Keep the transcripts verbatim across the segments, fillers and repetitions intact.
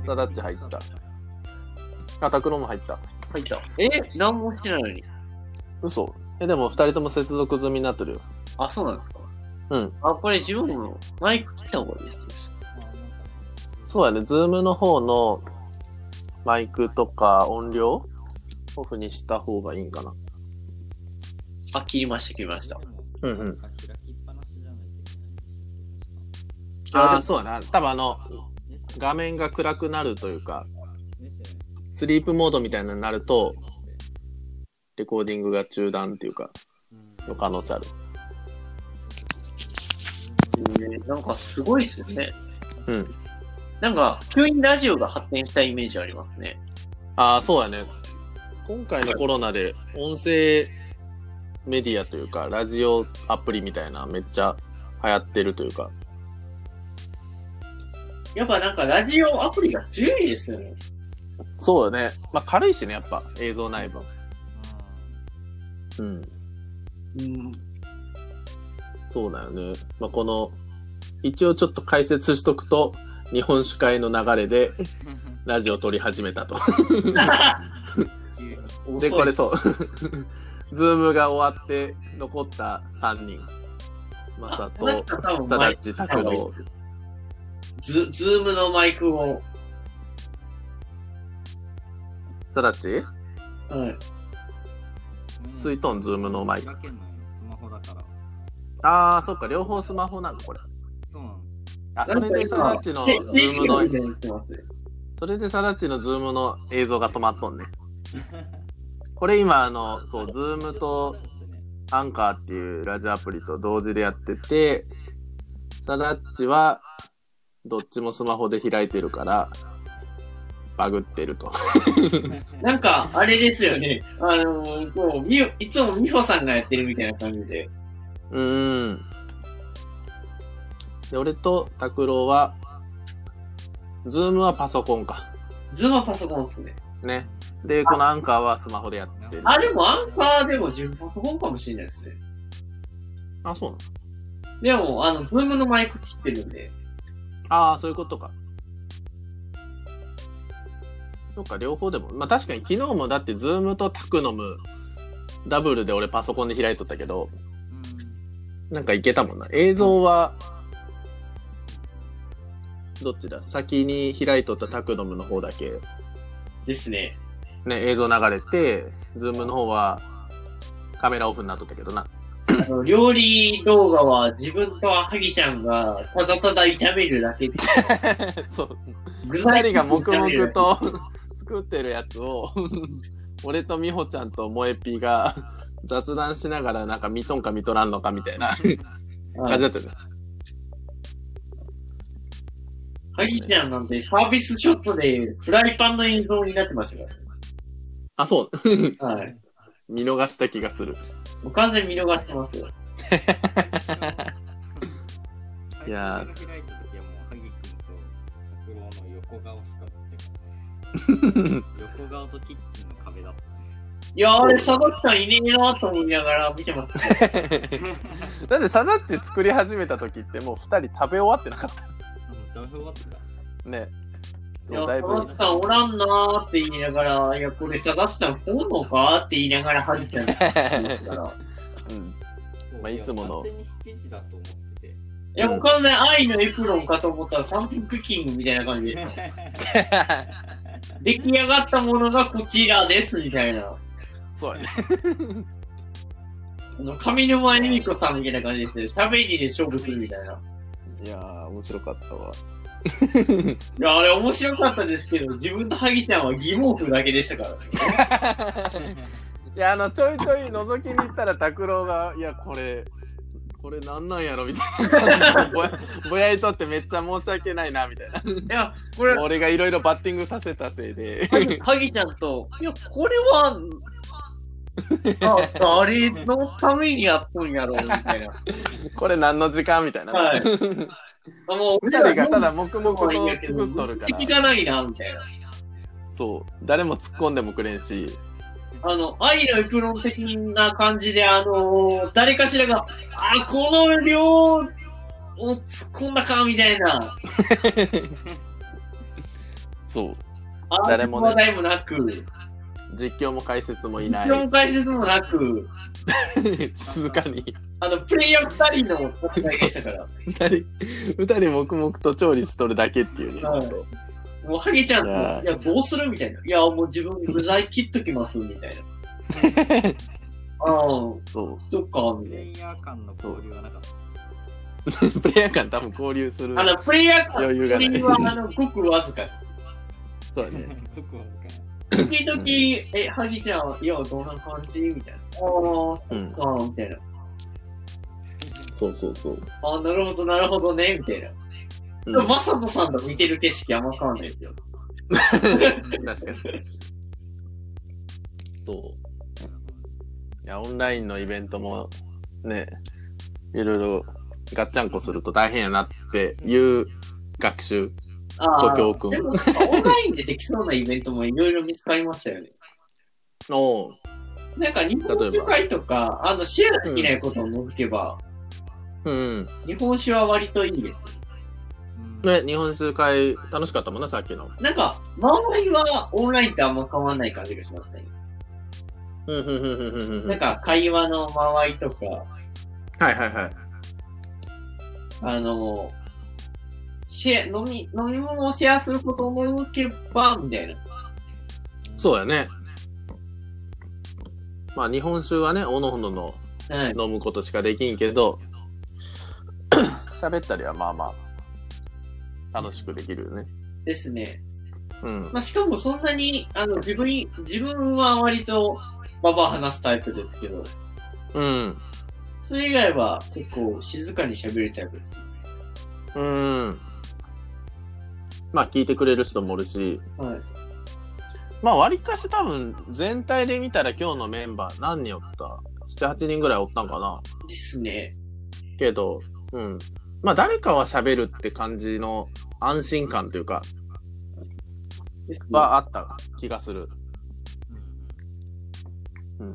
サダッチ入った。あ、タクロも入った。 入った。え、何もしてないのに。 嘘。え、でも二人とも接続済みになってるよ。 あ、そうなんですか。 うん。 あ、これ自分もマイク切った方がいいです。 そうやね。ズームの方のマイクとか音量オフにした方がいいんかな。 あ、切りました、切りました。 うんうん。ああ、そうやな。多分あの、画面が暗くなるというか、スリープモードみたいなのになると、レコーディングが中断っていうか、の可能性ある。 えー、なんかすごいっすよね。 うん。 なんか、急にラジオが発展したイメージありますね。 ああ、そうやね。今回のコロナで音声メディアというか、ラジオアプリみたいなめっちゃ流行ってるというか。 やっぱなんかラジオアプリが強いですよね。 そうだね。まあ軽いしね、やっぱ映像ない分。うん。 うん。 そうだよね。まあこの、一応ちょっと解説しとくと、日本酒会の流れでラジオ撮り始めたと。で、これそう。ズームが終わって残ったさんにん。マサと、サダッチ、タクロウ。 ズ、ズームのマイクを。 サダッチ？ はい。 ついとん、ズームのマイク。あー、そっか、両方スマホなの、これ。 そうなんです。 あ、それでサダッチのズームの、それでサダッチのズームの映像が止まっとんね。これ今、あの、そう、ズームとアンカーっていうラジオアプリと同時でやってて、サダッチは、どっちもスマホで開いてるから、バグってると。 なんか、あれですよね。あのー、こう、みよ、いつも美穂さんがやってるみたいな感じで。 うーん。で、俺と拓郎は、ズームはパソコンか。 ズームはパソコンですね。 ね。で、このアンカーはスマホでやってる。 あ、でもアンカーでも自分パソコンかもしれないですね。 あ、そうなの？ でも、あの、ズームのマイク切ってるんで。 ああ、そういうことか。そっか、両方でも。まあ確かに昨日もだってズームとタクノムダブルで俺パソコンで開いとったけど、なんかいけたもんな。映像は、どっちだ？先に開いとったタクノムの方だけ。 ですね。 ね、映像流れて、ズームの方はカメラオフになっとったけどな。 あの、料理動画は自分とハギちゃんがただただ炒めるだけで。 そう。二人が黙々と作ってるやつを、俺と美穂ちゃんと萌えぴーが雑談しながらなんか見とんか見とらんのかみたいな感じだったよね。 ハギちゃんなんてサービスショットでフライパンの映像になってましたからね。 あ、そう。 はい。 見逃した気がする。 もう完全に見逃してますよ。 いやー。 開いた時はもう、ハギ君と拓郎の横顔しか映ってない。横顔とキッチンの壁だった。 いやー、あれ、サダッチさんいねえなと思いながら見てます、 ね。だってサダッチ作り始めた時ってもう二人食べ終わってなかった。 食べ終わってた。 ね。 いや、サダッチさんおらんなーって言いながら、いや、これサダッチさん来んのかって言いながらハギちゃんが言ってたから。 うん。まあ、いつもの。 完全にしちじだと思ってて。 いや、もう完全に愛のエプロンかと思ったらさんぷんクッキングみたいな感じで。出来上がったものがこちらですみたいな。 そうやね。 あの上沼恵美子さんみたいな感じですね。喋りで勝負するみたいな。 いやー、面白かったわ。 いや、あれ面白かったですけど、自分とハギちゃんは疑問符だけでしたからね。 いや、あの、ちょいちょい覗きに行ったら拓郎が、いや、これ、これなんなんやろみたいな感じでぼや、ぼやいとってめっちゃ申し訳ないなみたいな。いや、これ、 俺がいろいろバッティングさせたせいで。 ハギちゃんと、いや、これは、あ、誰のためにやっとんやろみたいな。 これ何の時間みたいな。 はい。あ、もう、 二人がただ黙々と作っとるから。 敵がないな、みたいな。 そう。誰も突っ込んでもくれんし。 あの、愛のエプロン的な感じで、あのー、誰かしらが、あ、この量を突っ込んだか、みたいな。 そう。 あ誰もね話題もなく、 実況も解説もいない。 実況も解説もなく、 静かに。 あの、プレイヤーふたりの戦いでしたから。 二人、二人黙々と調理しとるだけっていうね。 はいほんともう、ハゲちゃんと、いいやや、どうするみたいな。いや、もう自分具材切っときます、みたいな。ああ、 そそっか、みプたいレイヤー間の交流はなかった。 う。プレイヤー間多分交流するな。あの、プレイヤー間余裕がない。 は、あの、ごくわずかです。 そうだね。 僕はわずか時々、え、ハギちゃん、いや、どんな感じみたいな。ああ、そっか、みたいな。 そうそうそう。 ああ、なるほど、なるほどね、みたいな。 うん、 でも、マサトさんと見てる景色あんま変わんないですよ。 確かに。そう。いや、オンラインのイベントもね、いろいろガッチャンコすると大変やなっていう学習と教訓。 でも、なんかオンラインでできそうなイベントもいろいろ見つかりましたよね。 おうなんか、日本酒会とか、あの、シェアできないことを除けば、 うん。 日本酒は割といいです。 ね、日本酒会楽しかったもんな、さっきの。 なんか、周りはオンラインってあんま変わんない感じがしますね。 うん、うん、うん、うん、うんうん。 なんか、会話の間合いとか、 はいはいはい。 あの、シェア、飲み、飲み物をシェアすることを除けば、みたいな。 そうやね。まあ、日本酒はね、おのおののはい。 飲むことしかできんけど、喋ったりはまあまあ、楽しくできるよね。 ですね。 うん。 まあ、しかもそんなに、あの、自分に、自分は割と、ババア話すタイプですけど、 うん。 それ以外は結構静かに喋るタイプです。 うん。まあ、聞いてくれる人もおるし、 はい。 まあ、割かし多分、全体で見たら今日のメンバー何人おった ?なな、はちにんぐらいおったんかなですね。 けど、うん。まあ、誰かは喋るって感じの安心感というか、 ですねはあった気がする。うん。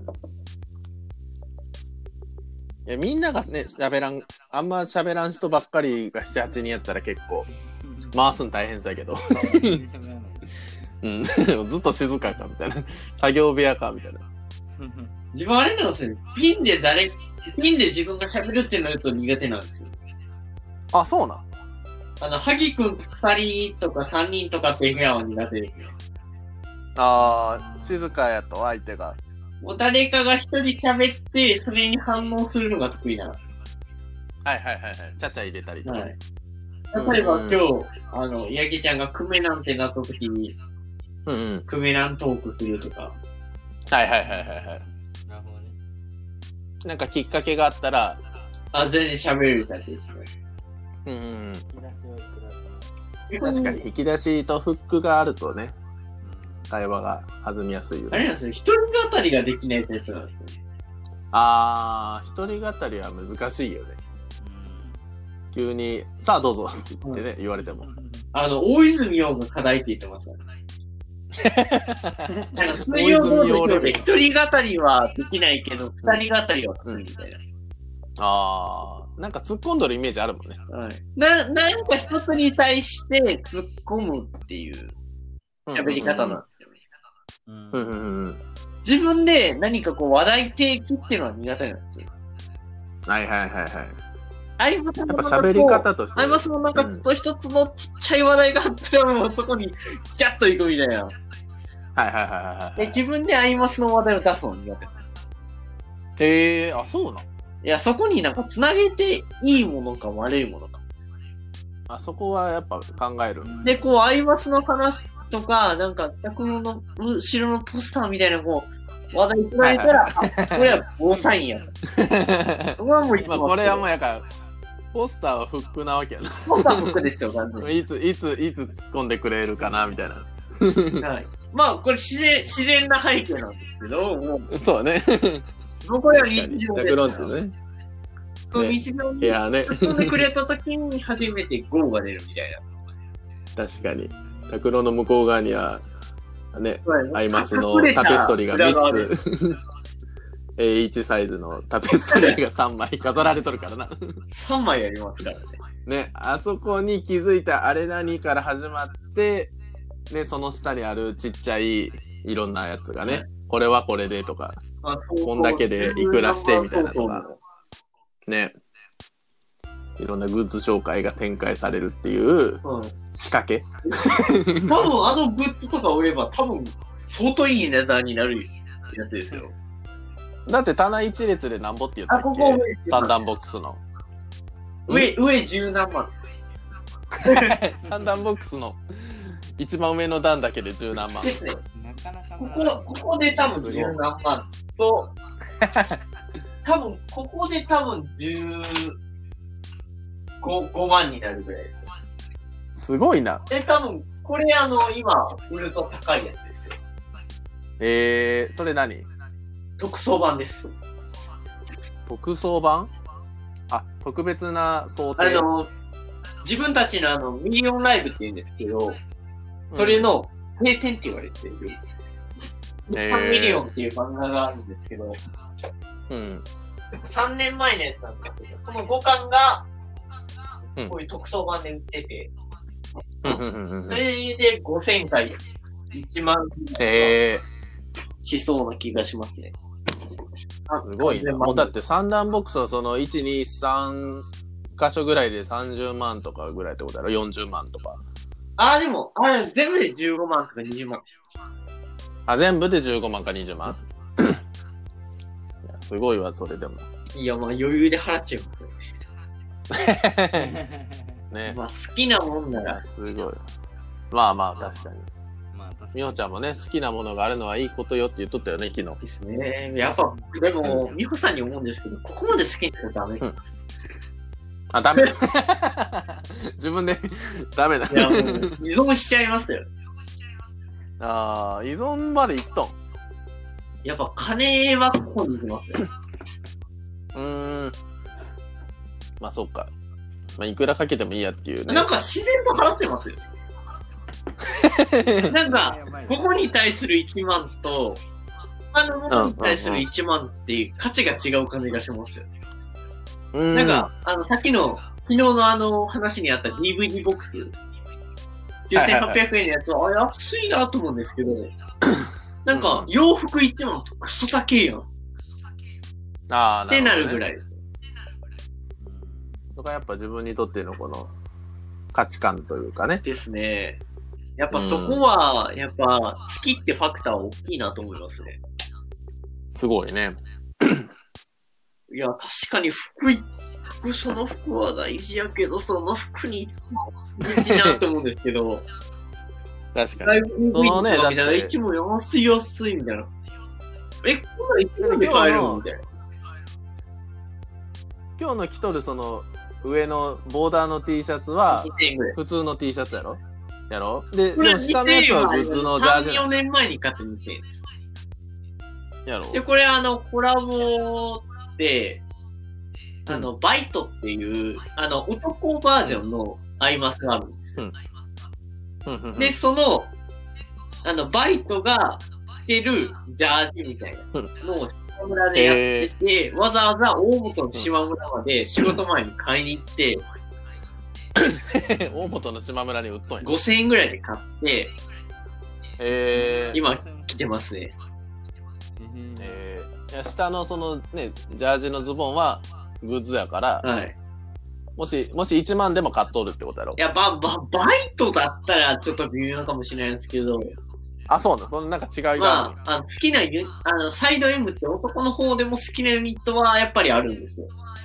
いや、みんながね、喋らん、あんま喋らん人ばっかりがなな、はちにんやったら結構、回すん大変そうやけど。うん。ずっと静かか、みたいな。作業部屋か、みたいな。 自分あれなんですよ。ピンで誰、ピンで自分が喋るっていうのと苦手なんですよ。 あ、そうなん。 あの、萩くんふたりとかさんにんとかっていう部屋は苦手ですね。 あー、静かやと相手が。 もう誰かが一人喋って、それに反応するのが得意な。 はいはいはいはい。ちゃちゃ入れたりとか。 はい。例えば今日、あの、ヤギちゃんがクメなんてなった時に、 うんうん。 クメラントークするとか。 はいはいはいはいはい。 なるほどね。 なんかきっかけがあったら、 あ、全然喋れるタイプですね。 うんうんうん。 引き出しをいくだけ。 確かに引き出しとフックがあるとね、会話が弾みやすいよね。 あれなんですよ。一人語りができないタイプなんですよね。 あー、一人語りは難しいよね。急に、さあどうぞって言ってね、言われても。 あの、大泉洋が課題って言ってますからね。なんか、水曜どうでしょうで、一人語りはできないけど、二人語りは得意みたいな。 あー、なんか突っ込んどるイメージあるもんね。 はい。な、なんか一つに対して突っ込むっていう喋り方なんですよね。 うんうんうんうんうん。 自分で何かこう話題提起っていうのは苦手なんですよ。 はいはいはいはい。 アイマスやっぱ喋り方として。 アイマスもなんかちょっと一つのちっちゃい話題があったらもうそこにギャッといくみたいな。 はいはいはいはいはい。 で自分でアイマスの話題を出すの苦手なんです。 ええー、あ、そうなん。 いや、そこになんか繋げていいものか悪いものか。 あそこはやっぱ考える。 で、こう、アイマスの話とか、なんか、脚本の後ろのポスターみたいな、こう、話題いただいたら、あ、これはゴーサインや。これはもういつも。 まあこれはもうやから、ポスターはフックなわけやな。 ポスターフックですよ、完全に。 いつ、いつ、いつ突っ込んでくれるかな、みたいな。 はい。まあ、これ自然、自然な背景なんですけど、もう、 そうね。 僕らは日常で。 ジャクロンチね。 そう、 ね日常いで。 やね。 突っ込んでくれた時に初めてゴーが出るみたいな。 確かに。タクロの向こう側には、ね、アイマスの隠れたタペストリーが裏側みっでつ、エーワン サイズのタペストリーがさんまい飾られとるからな。 さんまいありますからね。 ね、あそこに気づいたあれ何から始まって、 で、その下にあるちっちゃいいろんなやつがね、これはこれでとか、 あこんだけでいくらしてみたいなのが、ね、いろんなグッズ紹介が展開されるっていううん、 仕掛け。 多分あのグッズとかを売れば多分相当いい値段になるやつですよ。 だって棚一列でなんぼって言ったっあここけ？三段ボックスの。 上、上十何万。 三段ボックスの一番上の段だけで十何万。 ですね。 なかなかここ、ここで多分十何万と、多分、ここで多分十五、五万になるぐらいですよ。 すごいな。 で、多分、これあの、今、売ると高いやつですよ。 えー、それ何？ 特装版です。 特装版？あ、特別な想定。 あの、自分たちのあの、ミリオンライブって言うんですけど、それの閉店って言われている。 えーさんミリオンっていう漫画があるんですけど、 うん。 さんねんまえのやつなんですけど、そのごかんが、 うんこういう特装版で売ってて、 うんうんうんうんそれでごせんかいいちまんえしそうな気がしますね。 ー、すごいな。もうだって三段ボックスはそのいち、に、さん箇所ぐらいでさんじゅうまんとかぐらいってことだろ？ よんじゅうまんとか。 ああ、でも、あれ全部でじゅうごまんとかにじゅうまん。 あ、全部でじゅうごまんかにじゅうまんいやすごいわ、それでも。 いや、まあ余裕で払っちゃいますよね。 ね。 まあ好きなもんないらや、、すごい。まあまあ、確かに。 まあ確かにみほちゃんもね、好きなものがあるのはいいことよって言っとったよね、昨日。 ですね。やっぱ、でも、美穂さんに思うんですけど、ここまで好きになるとダメ。 うんあ、ダメ。自分で、ダメだ。 いや、もう、依存しちゃいますよ。 ああ、依存までいっとん。 やっぱ、金はここに行きますよ。 うーん。まあ、そっか。まあ、いくらかけてもいいやっていうね。 なんか自然と払ってますよ。なんか、ここに対するいちまんと、他のものに対するいちまんっていう価値が違う感じがしますよ。 うーん。 なんか、あの、さっきの、昨日のあの話にあった ディーブイディー ボックス、きゅうせんはっぴゃくえんのやつは、あれ安いなと思うんですけど、なんか、洋服いちまんとクソ高えやん。 ああ、 ってなるぐい。 らいです。 そこはやっぱ自分にとってのこの価値観というかね。 ですね。やっぱそこは、やっぱ、好きってファクターは大きいなと思いますね。 すごいね。 いや、確かに服い、服、その服は大事やけど、その服に大事なと思うんですけど、 確かに。 だいぶそのねみたいな、 だっていつも安い安いみたいな。え、これいつまで買えるのみたいな。 今日の着とるその上のボーダーの T シャツはにせんえんぐらい。 普通の T シャツやろやろで、 これでも下のやつはグッズのジャージさん、 なよねんまえに買ったにせんえんです。 やろで、これあの、コラボで、あの、バイトっていう、あの、男バージョンのアイマスがあるんですよ。 うんうんうんで、その、あの、バイトが着てるジャージみたいなのを島村でやってて、わざわざ大本の島村まで仕事前に買いに行って、 大本の島村に売っとんや。 ごせんえんぐらいで買って、 えー、 今着てますね。 えー、いや下のそのね、ジャージのズボンはグッズやから、 はい。 もし、もしいちまんでも買っとるってことやろいや、ば、ば、バイトだったらちょっと微妙かもしれないですけど、 あ、そうなのそのなんか違いがあるんやまあ、あの好きなユニ、あの、サイド M って男の方でも好きなユニットはやっぱりあるんですよ。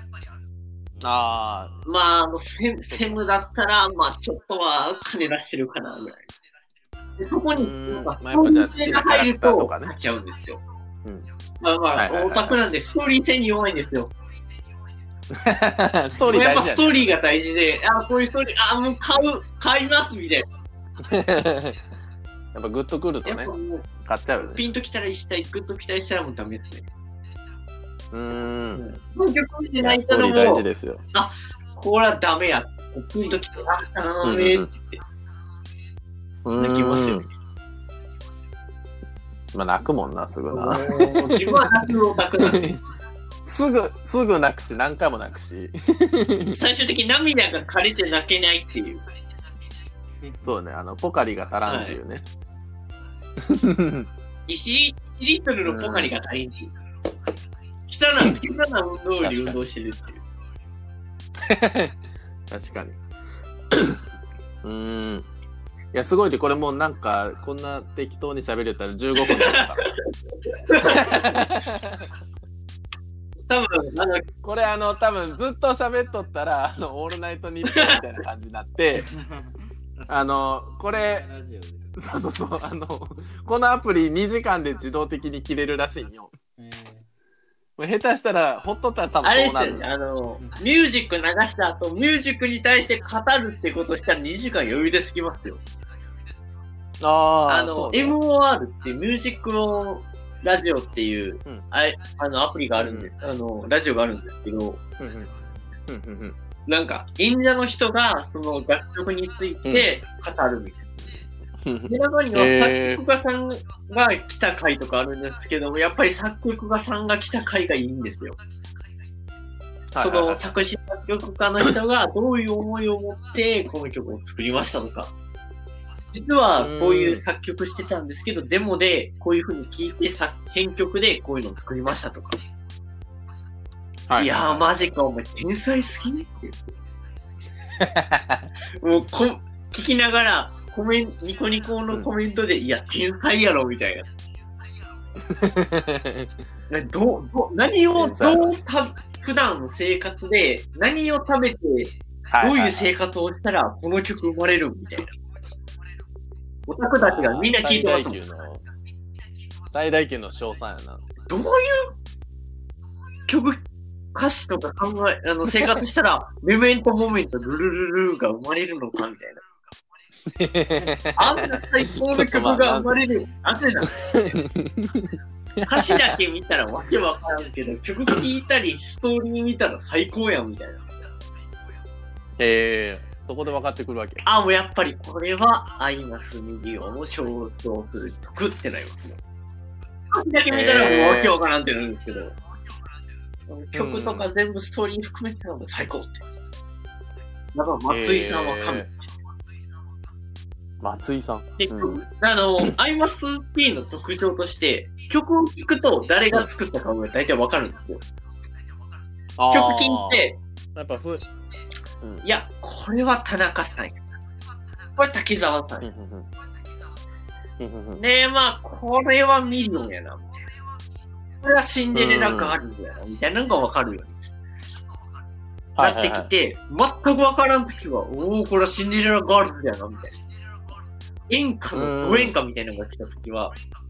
あまあ、あの、セセムだったら、まあ、ちょっとは金出してるかな、ぐらい。でそこに、 うーんなんか、 まあやっぱじゃあストーリー性が入る好きなキャラクターと、 とかね買っちゃうんですよ。 うんまあまあ、 はいはいはいはいオタクなんで、ストーリー性に弱いんですよ。 あ。ストーリーやっぱ大事やストーリーが大事で、あ、こういうストーリー、あ、もう買う、買います、みたいな。 ね。やっぱグッとくるとねやっぱ、もう、 買っちゃうよね。 ピンときたらしたい、グッときたりしたらもうダメですね。 うーん。 もう曲見ていない人でやストーリー大も事、ですよ。 これはダメや。ピンときて、あ、ダメって言って、泣きますよね。 まあ泣くもんな、すぐな。 もう自分は泣くオタクなんで、 すぐ、すぐ泣くし、何回も泣くし。 最終的に涙が枯れて泣けないっていう。 そうね、あの、ポカリが足らんっていうね。 石、いちリットルのポカリが足りんっていう。汚な、汚な運動より運動してるっていう。 確かに。うーん。いや、すごいで、これもうなんか、こんな適当に喋れたらじゅうごふんだった。 多分、あの、 これあの、多分ずっと喋っとったら、あの、オールナイトニッポンみたいな感じになって、あの、これ、そうそうそう、あの、このアプリにじかんで自動的に切れるらしいんよ。もう下手したら、ほっとったら多分あれそうなる。 ですよね、あの、ミュージック流した後、ミュージックに対して語るってことしたらにじかん余裕で過ぎますよ。 ああ、 あの、 ね、 エムオーアール っていうミュージックのラジオっていう、うん、あ, あのアプリがあるんで、うん、あの、ラジオがあるんですけど、うんうんうんうん、なんか、演者の人がその楽曲について語るみたいな。うん、で、中には作曲家さんが来た回とかあるんですけども、やっぱり作曲家さんが来た回がいいんですよ。その作詞作曲家の人がどういう思いを持ってこの曲を作りましたとか。実はこういう作曲してたんですけど、デモでこういう風に聴いて編曲でこういうのを作りましたとか。はい、いやーマジかお前天才すぎねって言って。もうこ聞きながらコメンニコニコのコメントで、うん、いや天才やろみたいな。どうど何をどうた普段の生活で何を食べてどういう生活をしたらこの曲生まれるみたいな。オタクたちがみんな聞いてますもん。 最大級の賞賛やな。 どういう曲、歌詞とか考え、あの、生活したら、メメントモメント、ルルルルが生まれるのかみたいな。あんな最高の曲が生まれる。なぜなの歌詞だけ見たらわけわからんけど、曲聴いたり、ストーリー見たら最高やんみたいな。 へえー。そこで分かってくるわけ。 あ、もうやっぱりこれはアイマスミリオンを象徴する曲ってなりますね。歌詞だけ見たらもうわけわからんってなるんですけど、えー、曲とか全部ストーリー含めてたらもう最高って。だから松井さんは神。えー、 松井さん。 で、うん、あの、アイマスピー の特徴として、曲を聴くと誰が作ったかが大体わかるんですよ。曲聴いて、 やっぱふうん、いや、これは田中さん。これ滝沢さん。で、まあ、これはミリオンやな、みたいな。これはシンデレラガールズやな、みたいなのがわかるようになってきて、全くわからんときは、おー、これはシンデレラガールズやな、みたいな。演歌のド演歌みたいなのが来たときは、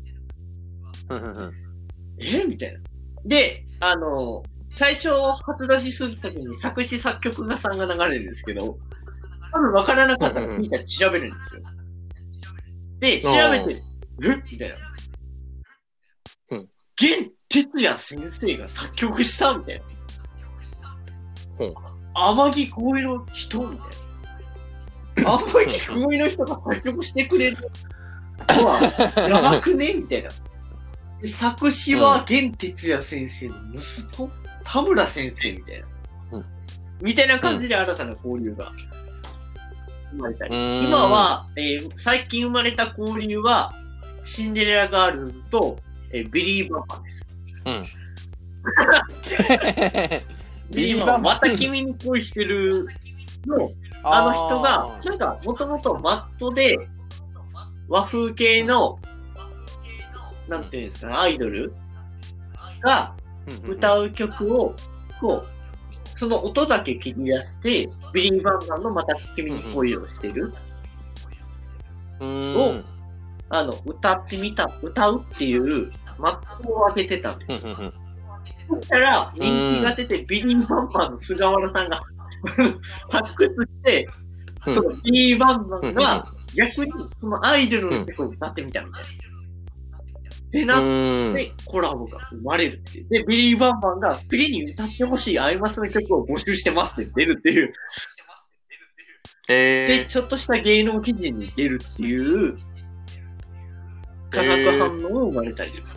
えみたいな。で、あの、最初初出しするときに作詞作曲家さんが流れるんですけど、多分分からなかったらみんな調べるんですよ。で、調べて、えみたいな。うん。玄哲也先生が作曲したみたいな。うん。天城越えの人みたいな。天城越えの人が作曲してくれるのは、やばくねみたいな。で作詞は玄哲也先生の息子田村先生みたいな、うん、みたいな感じで新たな交流が生まれたり、うん、今は、えー、最近生まれた交流はシンデレラガールズと、えー、ビリー・バンバンです。うん、ビリー・バンバンまた君に恋してるのあの人がなんかもともとマットで和風系のなんていうんですかねアイドルが歌う曲を、こう、その音だけ切り出して、ビリー・バンバンのまた君に恋をしてる、うん、を、あの、歌ってみた、歌うっていう、マップを上げてたんです。そしたら、人気が出て、ビリー・バンバンの菅原さんが発掘して、そのビリー・バンバンが逆にそのアイドルの曲を歌ってみたみたいな。ってなってコラボが生まれるっていう。で、ビリー・バンバンが次に歌ってほしいアイマスの曲を募集してますって出るっていう。えー、で、ちょっとした芸能記事に出るっていう化学反応が生まれたりします。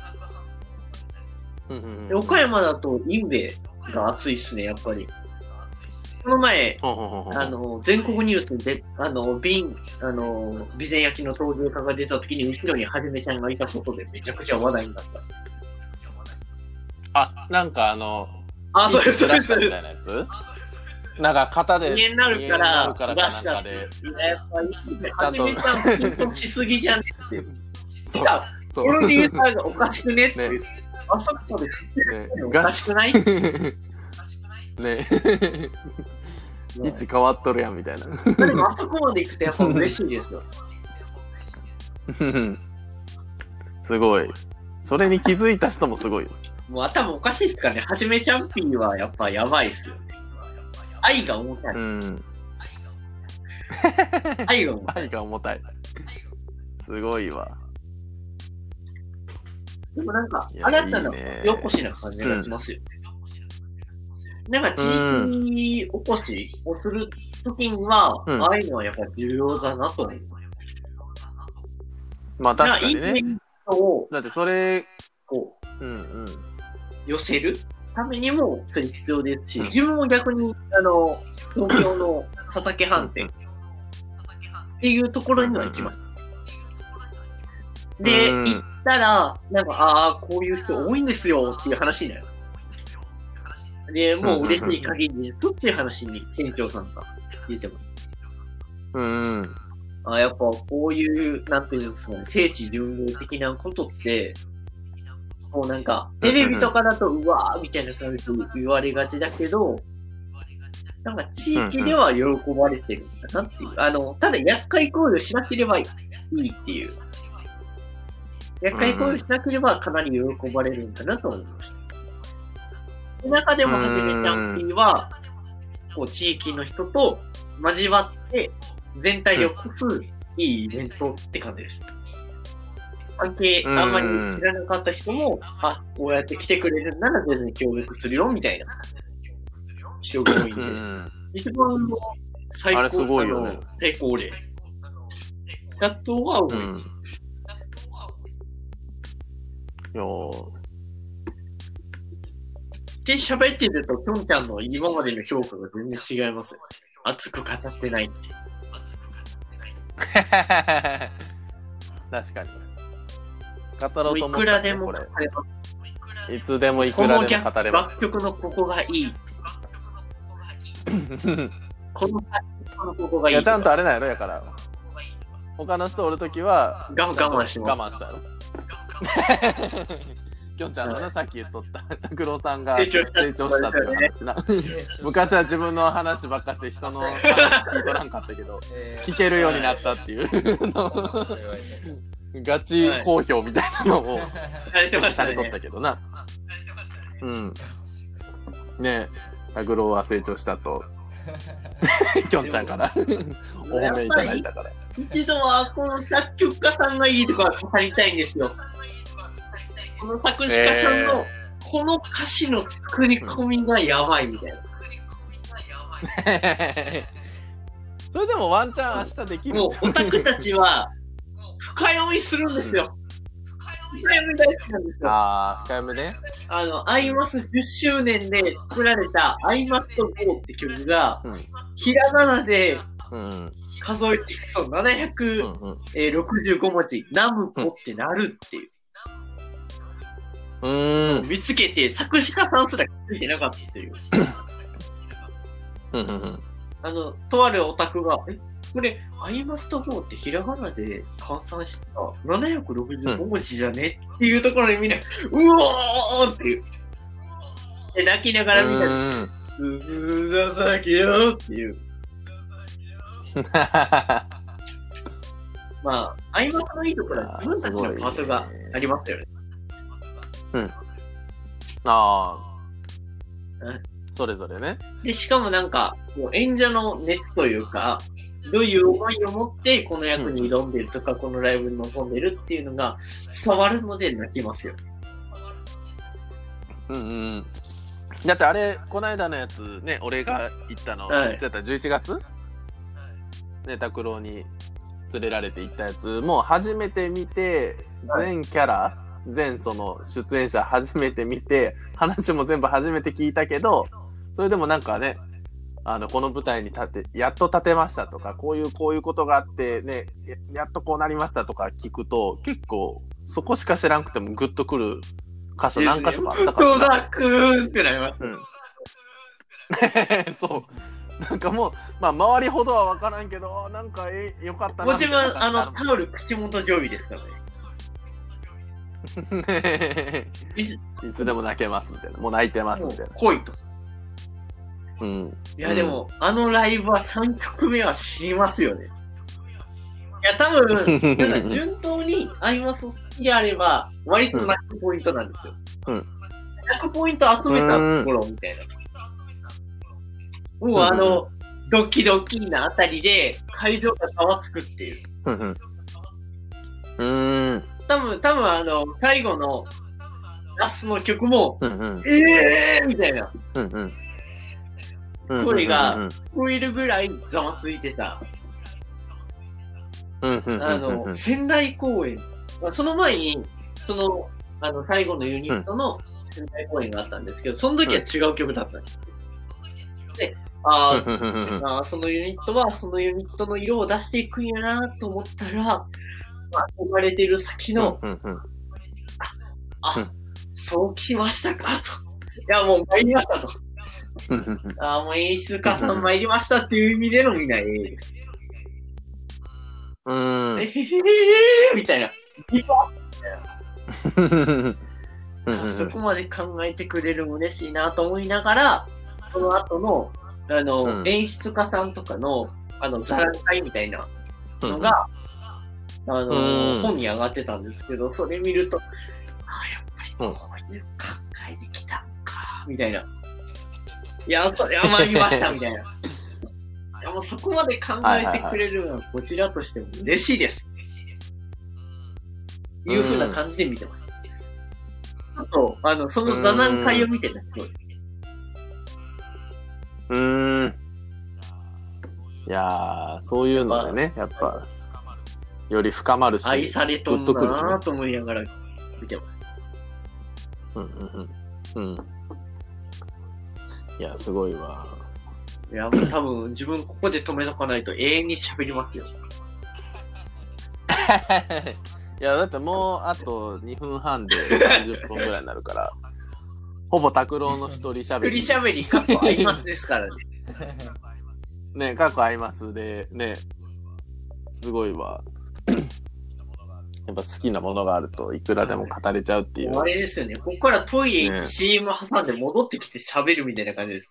えー、で岡山だとインベが熱いっすね、やっぱり。 この前、 ほうほうほうほうあの、全国ニュースで、あの、瓶、あの、備前焼きの登場化が出た時に、後ろにはじめちゃんがいたことでめちゃくちゃ話題になった。 あ、なんかあの、 あ、そうです、そうです、そうみです。 たいなやつなんか型で、 見えになるから、 見えになるからかなんかで、 いや、やっぱり、はじめちゃん、緊張しすぎじゃねって。いそうや、 そうプロデューサーがおかしくねって。 ねあそこでねおかしくないね位置変わっとるやんみたいな。 でもあそこまで行くとやっぱ嬉しいですよ。 すごい。それに気づいた人もすごいよ。 もう頭おかしいっすかね。はじめちゃんピーはやっぱやばいっすよね。愛が重たい。 うん。 愛が重たい。 愛が重たい。すごいわ。 でもなんか、新たなよこしな感じがしますよね。うん、なんか地域おこしをするときには、うん、ああいうのはやっぱり重要だなと思う。 まあ確かにね。 いいをだってそれ、 こう、 うんうん、 寄せるためにもそれ必要ですし、うん、自分も逆に、あの、東京の佐竹飯店っていうところには行きました。で、行ったら、なんか、ああ、こういう人多いんですよっていう話になる。で、もう嬉しい限りですっていう話に店長さんが言ってます。 うん。 あ、やっぱこういう、なんていうんですかね、聖地巡礼的なことって、もうなんか、テレビとかだと、うわーみたいな感じで言われがちだけど、なんか地域では喜ばれてるんだなっていう。あの、ただ厄介行為をしなければいいっていう。厄介行為をしなければかなり喜ばれるんだなと思いました。中でもはじめちゃんピーは、こう地域の人と交わって全体を起こすいいイベントって感じでした。関係あんまり知らなかった人も、あ、こうやって来てくれるなら全然協力するよみたいな人が多いんで、一番の最高の成功例だとは思います。 よーで、喋ってると、きょんちゃんの今までの評価が全然違いますよ。熱く語ってないって。 確かに。語ろうと思った、ね、 いくらでも語れます。 いつでもいくらでも語れます。 楽曲のここがいい。この楽曲のここがいい。 いや、ちゃんとあれなんやろやから。他の人おるときは、 我慢してます。 我慢したやろ。きょんちゃんのな、さっき言っとった拓郎さんが成長したっていう話な。昔は自分の話ばっかして人の話聞いとらんかったけど、聞けるようになったっていうガチ好評みたいなのをされとったけどな。うん。ねえ、拓郎は成長したときょんちゃんからお褒めいただいたから。 一度はこの作曲家さんがいいとか語りたいんですよ。この作詞家さんのこの歌詞の作り込みがやばいみたいな。 それでもワンチャン明日できる。 もうオタクたちは深読みするんですよ。深読み大好きなんですよ。 ああ、深読みね。 あの、アイマスじゅっしゅうねんで作られたアイマストゴーって曲が、うん、ひらがなで、うん数えていくとななひゃくろくじゅうごもじ、ナムコってなるっていう。 うーん。 見つけて作詞家さんすら気づいてなかったっていう。あの、とあるオタクが、え、これ、アイマストゴーってひらがなで換算したななひゃくろくじゅうごもじじゃね、うん、っていうところにみんな、うおーっていう。で、泣きながらみんな、うずださきよっていう。まあ、アイマスのいいところは自分たちのパートがありますよね。 うん。ああ。それぞれね。 で、しかもなんか、もう演者の熱というか、どういう思いを持ってこの役に挑んでるとか、うん、このライブに臨んでるっていうのが伝わるので泣きますよ。 うんうん。だってあれ、この間のやつね、俺が行ったの、はい、だったらじゅういちがつね、拓郎に連れられて行ったやつも初めて見て、全キャラ、はい、全その出演者初めて見て、話も全部初めて聞いたけど、それでもなんかね、 あのこの舞台に立てやっと立てましたとか、こういうこういうことがあってね や, やっとこうなりましたとか聞くと、結構そこしか知らんくてもグッとくる箇所何箇所かあったから、 戸田くーんってなります。 うん、そうなんかもうまあ周りほどは分からんけど、なんかえよかったな。 もちろんあのタオル口元常備ですからね。いつでも泣けますみたいな、もう泣いてますみたいな。 来いと。 うん。 いやでも、うん、あのライブはさんきょくめは死にますよね。いや多分なんか順当にアイマスを好きであれば割と泣くポイントなんですよ。うん。泣くポイント集めたところみたいな。もうあの、うん、ドキドキなあたりで会場がざわつくっていう。 うんうん。うん。 多分、多分あの、最後のラスの曲も、うんうん、えーみたいな。うんうん。声が聞こえるぐらいざわついてた。うんうん。あの、仙台公演。その前に、その、あの、最後のユニットの仙台公演があったんですけど、その時は違う曲だったんです。で、ああ、そのユニットはそのユニットの色を出していくんやなと思ったら、憧れてる先の、うんうんうん、あ、あ、うん、そうきましたかと。いや、もう参りましたと。あ、もう演出家さん参りましたっていう意味でのみんなええです。うん。えへへへへみたいな。ギバみたいな。そこまで考えてくれるの嬉しいなと思いながら、その後の、あの、うん、演出家さんとかの、あの、座談会みたいなのが、うん、あの、うん、本に上がってたんですけど、それ見ると、ああ、やっぱりこういう考えできたか、みたいな。いや、それは参りました、みたいな。いや、もうそこまで考えてくれるのは、こちらとしても嬉しいです。いう風な感じで見てます。あと、あの、その座談会を見てた人、 うーん。いやー、そういうのでね、やっぱ、より深まるし、 愛されとんだなーと思いながら見てます。 うんうんうん。うん。いや、すごいわ。 いや、もう多分自分ここで止めとかないと永遠に喋りますよ。 いや、だってもうあとにふんはんでさんじゅっぷんぐらいになるから。ほぼ拓郎の一人喋り。 一人喋り、過去合いますですからね。 ね、過去合いますで、ね、すごいわ。やっぱ好きなものがあるといくらでも語れちゃうっていう。 あれですよね。ここからトイレに シーエム 挟んで戻ってきて喋るみたいな感じです。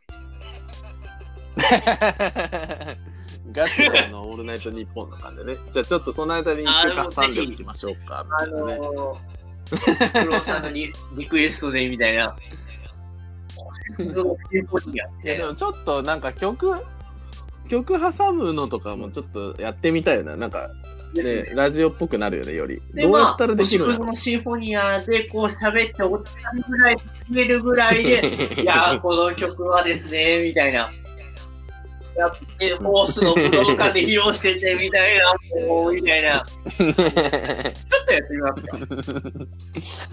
ガチであのオールナイトニッポンの感じでね。じゃあちょっとその間に一曲挟んでおきましょうか。 あのー、黒さんの リ, リクエストでみたいな。 でもちょっとなんか曲曲挟むのとかもちょっとやってみたいな。なんかね、ラジオっぽくなるよね、より。どうやったらできるの？ 星屑のシンフォニアでこう喋っておっちゃんぐらい言えるぐらいで、いやーこの曲はですね、みたいな。やってホースの武道館で披露しててみたいな、もうみたいな。ちょっとやってみますか。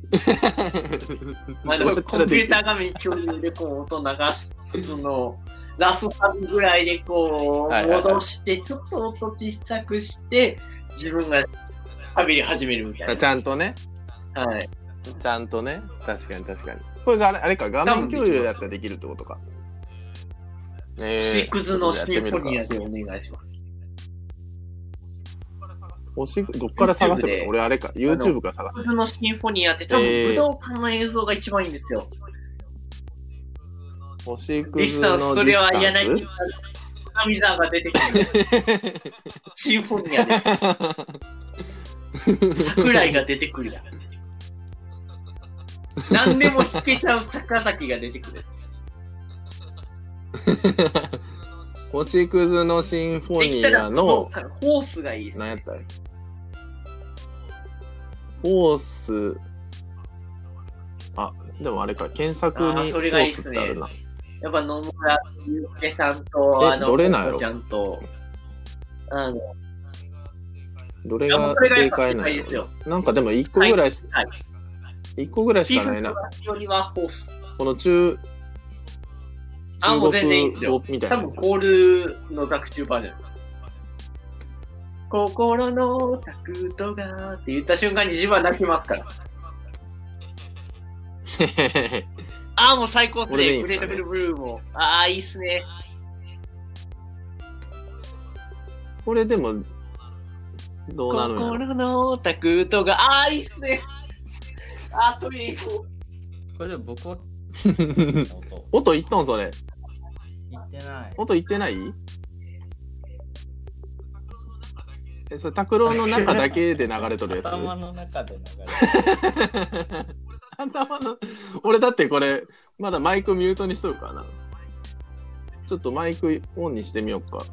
あのコンピューター画面共有でこう音流すのラスサビぐらいでこう戻してちょっと音小さくして自分が喋り始めるみたいな。 ちゃんとね。 はい。 ちゃんとね。確かに確かに。これがあれ、あれか、画面共有やったらできるってことか。 えー、シックスのシンフォニアでお願いします。 星どっから探せばいいの？俺あれか、YouTube から探せばいい。 シックスのシンフォニアって多分武道館の映像が一番いいんですよ。 星屑のディスタンス、それは柳神沢が出てくる。シンフォニアで。桜井が出てくるやん。何でも弾けちゃう坂崎が出てくる。 星屑のシンフォニアのホースがいいです、ね。 何やったらホース、あ、でもあれか、検索にホースってあるな。 やっぱ野村ゆうけさんと、あの、 どれなんやろちゃんと、あの、 どれが正解なの？なんかでも一個ぐらい、はい、一個ぐらいしかないな。 よりはホース。 この中、 あ、もう全然いいっすよ。 みたいな。 多分コールのタクチューバージョンです。心のタクトがって言った瞬間に自分は泣きますから。ああ、もう最高っすね。 いいすねグレートブルーブルーも。ああ、いいっすね。 これでも、どうなるの？ 心のタクトが、ああ、いいっすね。ああ、トイレ行ここれでも僕は音。音いったんそれ。 言ってない。 音いってない？え、それ、拓郎の中だけで流れとるやつ。 頭の中で流れてる。 頭の、俺だってこれ、まだマイクミュートにしとるからな。ちょっとマイクオンにしてみようか。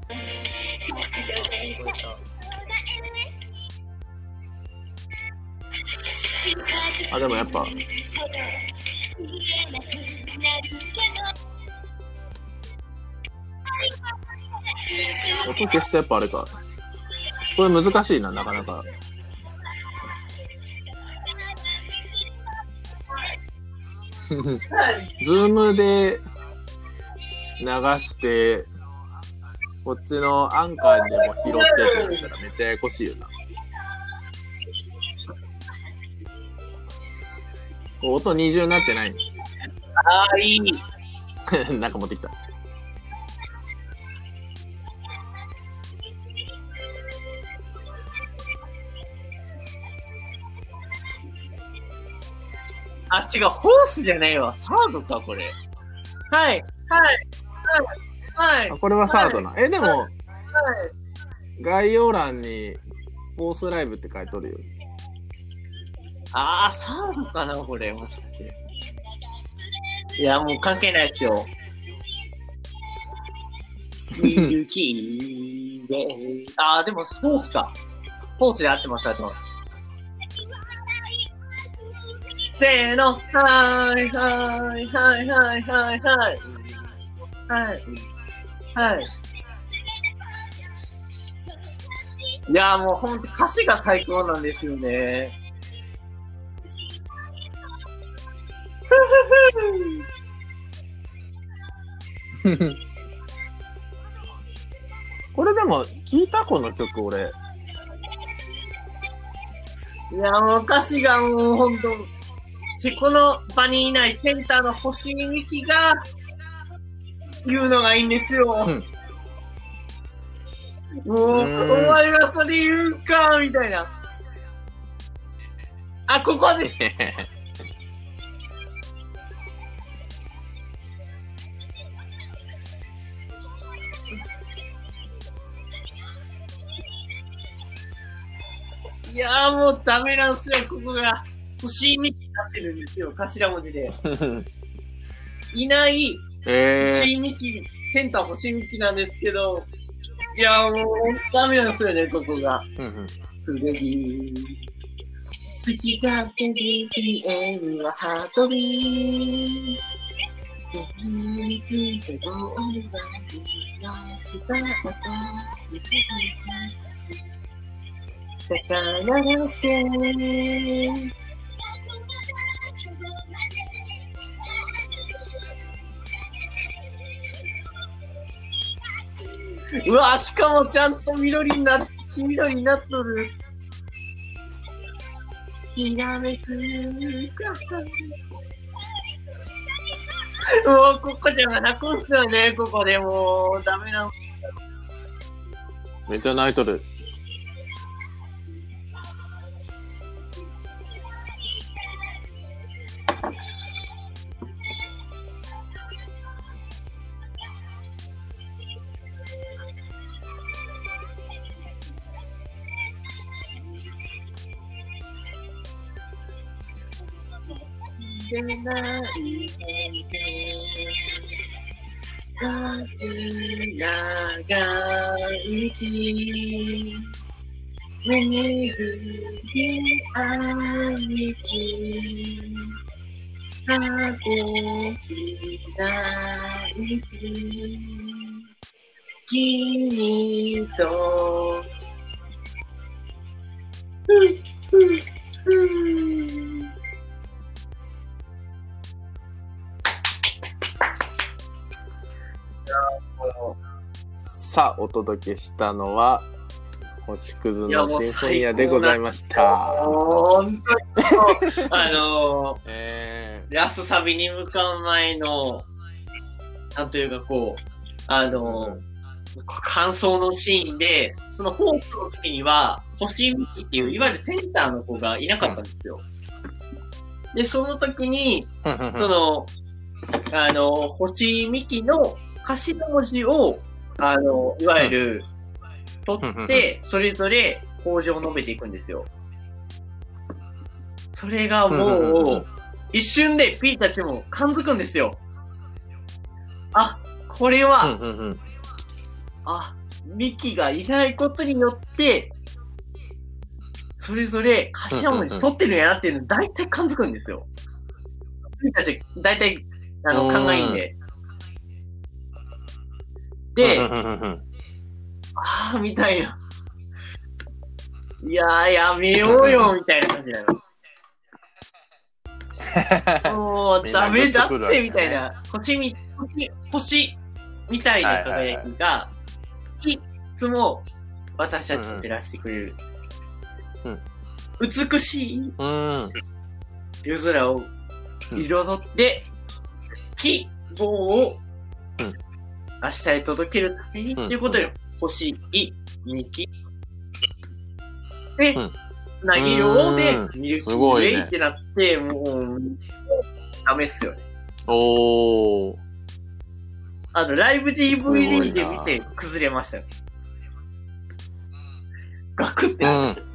あ、でもやっぱ。音消すとやっぱあれか。これ難しいな、なかなか。ズームで流して、こっちのアンカーでも拾ってって言ったらめっちゃややこしいよな。音二重になってないの？ ああ、いい。 なんか持ってきた。 あ、違う、ホースじゃないわ。サードか、これ。はい、はい、はい、はい。 あ、これはサードな。え、でも、 はい。 概要欄に、フォースライブって書いとるよ。 あー、サードかな、これ。もしかして。いや、もう関係ないっすよ。ミルキーで。あー、でも、フォースか。フォースで合ってます、合ってます。せーの、はいはいはいはいはいはい。はい。はい。いやーもうほんと歌詞が最高なんですよね。 これでも、聞いたこの曲、俺。 いやもう歌詞がもうほんと、この場にいないセンターの星美紀が言うのがいいんですよ。うん、もう、うん、お前がそれ言うかみたいな。あ、ここでいやーもうダメなんすよ、ここが。星美紀になってるんですよ、頭文字で。いない、星美紀、センター星美紀なんですけど、いやーもうダメなんですよね、ここが。古着好き勝手にピエールはハートビー。僕についてどう思うかスタート。だからしてうわ、しかもちゃんと緑になっ、黄緑になっとる。きらめくか。もう、コッコちゃんが泣くんすよね、ここでもう、ダメなの。 めっちゃ泣いとる。でない長い道目に降り兄貴果てしない君とがお届けしたのは星屑のシンフォニアでございました。 本当にあのーえラストサビに向かう前のなんというかこうあのー、感想のシーンでそのフォークの時には星ミキっていういわゆるセンターの子がいなかったんですよ。でその時にそのあの星ミキの頭文字をあのいわゆる取ってそれぞれ向上を述べていくんですよ。それがもう一瞬でピーたちも感づくんですよ。あ、これはあ、ミキがいないことによってそれぞれ頭文字取ってるんやなっていうの大体感づくんですよ。ピーたち大体あの考えいいんで。で、あーみたいな。いやーやめようよみたいな感じなの。もうダメだってみたいな。星み、星、星みたいな輝きが、いつも私たちに照らしてくれる。 うん美しいうん夜空を彩って、希望を明日へ届けるためにっていうことよ。星い、ミキ。で、 うんつなぎようで、 うんミルキすごいねーウェイってなって、もう、ダメっすよね。 おーあの、ライブ ディーブイディー ですごいな見て崩れましたよ。ガクってなりました。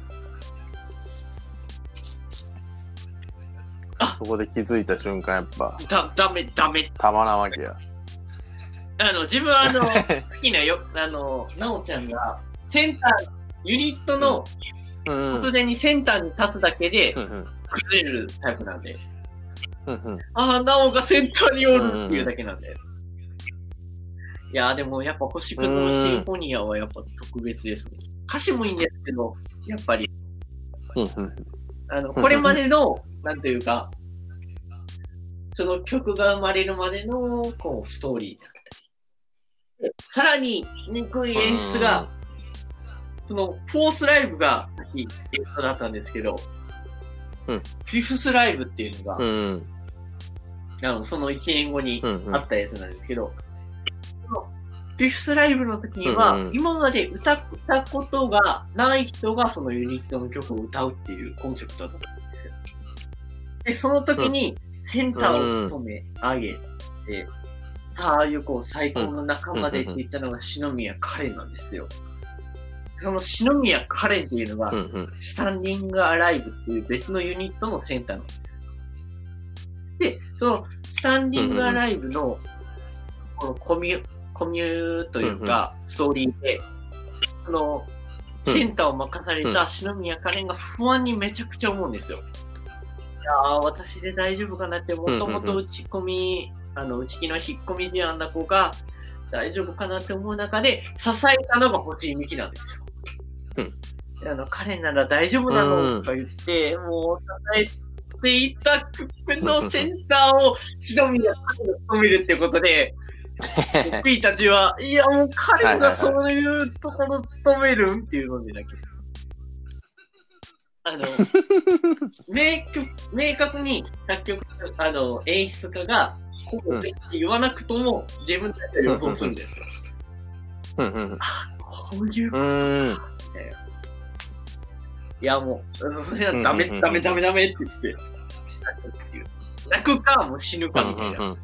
そこで気づいた瞬間やっぱだ、ダメ、ダメ。 たまらんわけや。 あの、自分はあの、好きなよ、あの、なおちゃんが、センター、ユニットの、 うん突然にセンターに立つだけでうんうん崩れるタイプなんで、 うんうんああ、なおがセンターにおるっていうだけなんで。いやーでもやっぱ星屑のシンフォニアはやっぱ特別ですね。歌詞もいいんですけど、やっぱり、 うんうんあの、これまでの、なんというか、その曲が生まれるまでの、こう、ストーリーだったり。さらに、憎い演出が、その、フォースライブが先、演出だったんですけど、 うんフィフスライブっていうのが、 うんあのそのいちねんごにうんうんあったやつなんですけど、そのフィフスライブの時には、 うんうん今まで歌ったことがない人がそのユニットの曲を歌うっていうコンセプトだったんですよ。で、その時にセンターを務め上げて、さあいうこう最高の仲間でって言ったのが篠宮カレンなんですよ。その篠宮カレンっていうのが、 うんうんスタンディングアライブっていう別のユニットのセンターなんです。で、そのスタンディングアライブのこのコミュ、コミュというか、ストーリーで、そのセンターを任された篠宮カレンが不安にめちゃくちゃ思うんですよ。いやー、私で大丈夫かなって、もともと打ち込み、あの、打ち気の引っ込み思案な子が大丈夫かなって思う中で、支えたのが星井美紀なんですよ。うん、あの彼なら大丈夫なのとか言って、うん、もう支えていた曲のセンターを篠宮カレンが務めるってことで、ピーたちは、いやもう彼がそういうところ務めるんっていうのでだけ。あの、明確明確に作曲、あの、演出家が、ここでって言わなくとも、自分たちで予想するんですよ。 うんうん、 あ、こういうことか。いやもう、それはダメ、ダメ、ダメ、ダメって言って、泣くかもう死ぬかみたいな。うんうんうん、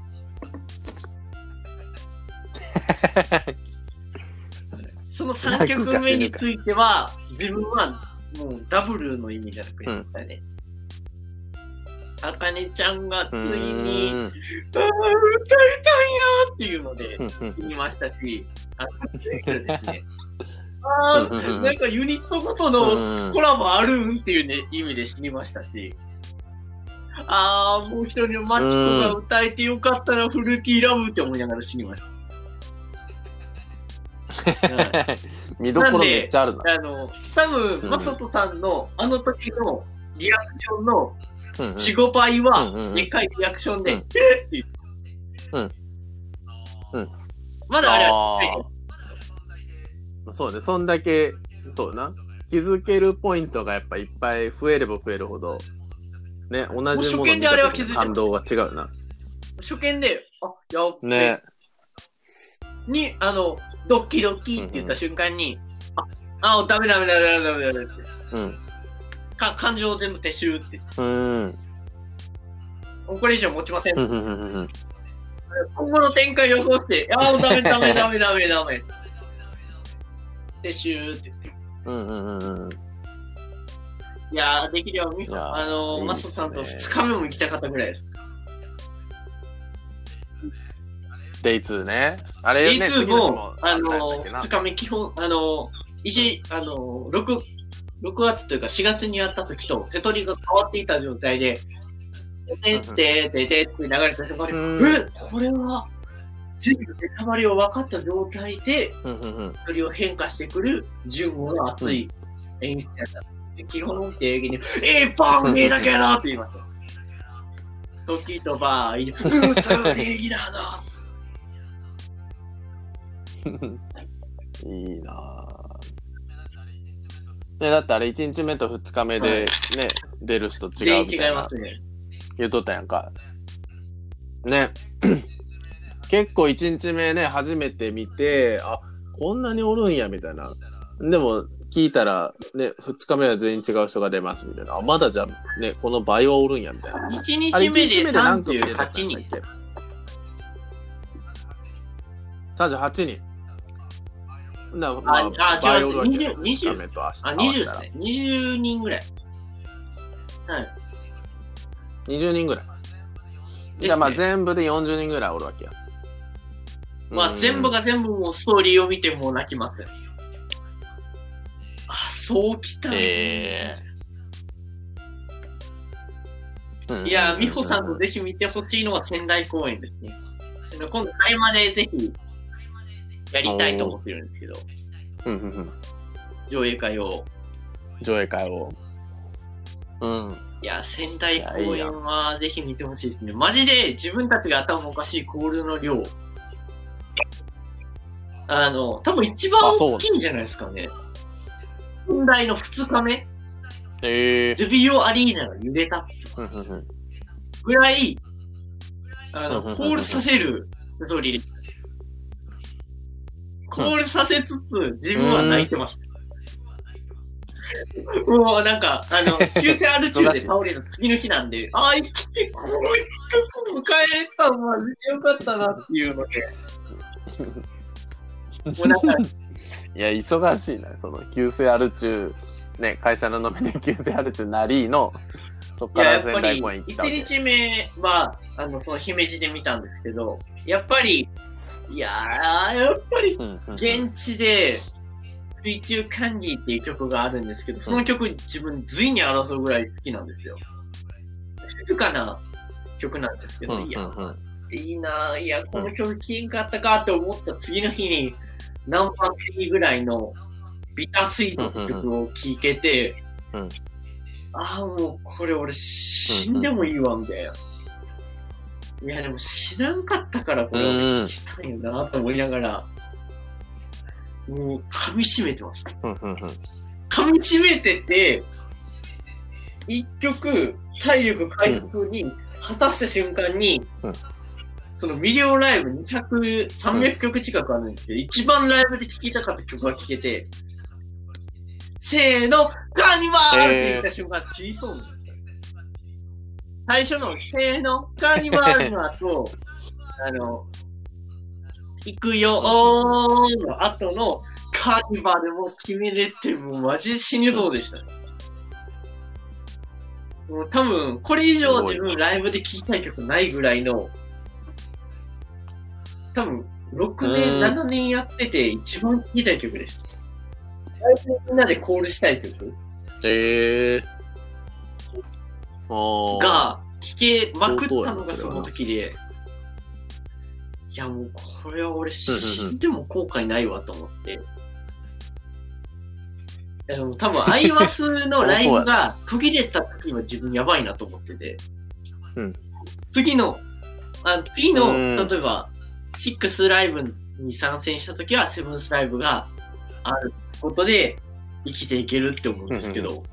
そのさんきょくめについては、自分はもうダブルの意味じゃなくてたね。あかねちゃんがついに、ああ、歌いたいなーっていうので言いましたし、あのですね。ああ、なんかユニットごとのコラボあるんっていうね、意味で知りましたし、ああ、もう一人のマチコが歌えてよかったな、フルーティーラブって思いながら知りました。 見どころめっちゃあるな。 あの、多分、マサトさんのあの時のリアクションのよん、ごばいは、でかいリアクションで、えっって言う。 うん。うん。 まだあれは、 そうね、そんだけ、そうな。気づけるポイントがやっぱいっぱい増えれば増えるほど、ね、同じもの見た時の感動が違うな。 初見で、あ、やっべ。 ね。 に、あの、ドッキドキって言った瞬間に、うん、あ、あ、ダメダメダメダメダメダメって。うん。か、感情を全部撤収って。うん。これ以上持ちません。うんうんうんうん。今後の展開予想して、あ、ダメダメダメダメダメ。撤収って言って。うんうんうんうん。いやー、できるよ、あのー、マストさんとふつかめも行きたかったぐらいです。 デイツーね。あれね、 デイツー も、もあのー、ふつかめ基本、あのー、一、あのー、6、6月というかしがつにやった時と、手取りが変わっていた状態で、ててててって流れた瞬間に、え、これは、全部ネタバレを分かった状態で、それを変化してくる純吾の熱い演出やった。基本的に、えー、パンゲーだけだって言いました。時と場合で、普通レギュラーだ。 いいなぁ。ね、だってあれいちにちめとふつかめでね、はい、出る人違うみたいな。 全然違いますね。 言うとったやんか。ね。結構いちにちめね、初めて見て、あ、こんなにおるんや、みたいな。でも、聞いたら、ね、ふつかめは全員違う人が出ます、みたいな。あ、まだじゃあ、ね、この倍はおるんや、みたいな。 いちにちめでさんじゅうはちにん。 さんじゅうはちにん。だまあ、あ、 倍違う、にじゅう、にじゅう。あ、にじゅうですね。にじゅうにんぐらい。はい。 にじゅうにんぐらい。じゃあまあ全部でよんじゅうにんぐらいおるわけや。 まあ全部が全部もうストーリーを見てもう泣きます。あ、そうきたね。えー、いや、美穂さんとぜひ見てほしいのは仙台公演ですね。今度、会話でぜひやりたいと思ってるんですけど。うんうんうん。上映会を。 上映会を。 うん。いや、仙台公演はぜひ見てほしいですね。マジで自分たちが頭おかしいコールの量。あの、多分一番大きいんじゃないですかね。仙台のふつかめ。えー、ジュビオアリーナが揺れたぐらい、あの、コールさせるストーリーです。コールさせつつ、自分は泣いてました。もうなんか、あの、急性アル中で倒れた次の日なんで、ああ、生きてこの一曲迎えたのはよかったなっていうので。 もうなんかいや、忙しいな、その、急性アル中、ね、会社の飲みで急性アル中なりの、そっから仙台公演行ったわけ。 いちにちめは、あの、その姫路で見たんですけど、やっぱり、いやー、やっぱり、現地で、水中キャンディーっていう曲があるんですけど、その曲自分随に争うぐらい好きなんですよ。静かな曲なんですけど、いや、いいなぁ、いや、この曲聴けんかったかって思った次の日に、ナンバースリーぐらいのビタースイートって曲を聴けて、ああ、もうこれ俺死んでもいいわ、みたいな。いや、でも知らんかったからこれ俺聴きたいんだなと思いながら、もう噛み締めてました。噛み締めてて、一曲体力回復に果たした瞬間に、うん、そのミリオンライブにひゃく、さんびゃくきょく近くあるんですけど、うん、一番ライブで聴きたかった曲が聴けて、せーの、カーニバールって言った瞬間、死にそうになった。最初のせーの、カーニバールの後、あの、行くよーの後のカーニバルも決めれて、もうマジで死にそうでしたね。もう多分、これ以上自分ライブで聴きたい曲ないぐらいの、多分、ろくねん、ななねんやってて一番聴きたい曲でした。ライブでみんなでコールしたい曲えー、が聴けまくったのがその時で、いやもうこれは俺死んでも後悔ないわと思って。でも多分アイマスのライブが途切れた時は自分やばいなと思ってて。うん、次の、あ次の、例えば、シックスライブに参戦した時はセブンスライブがあることで生きていけるって思うんですけど、 うんうん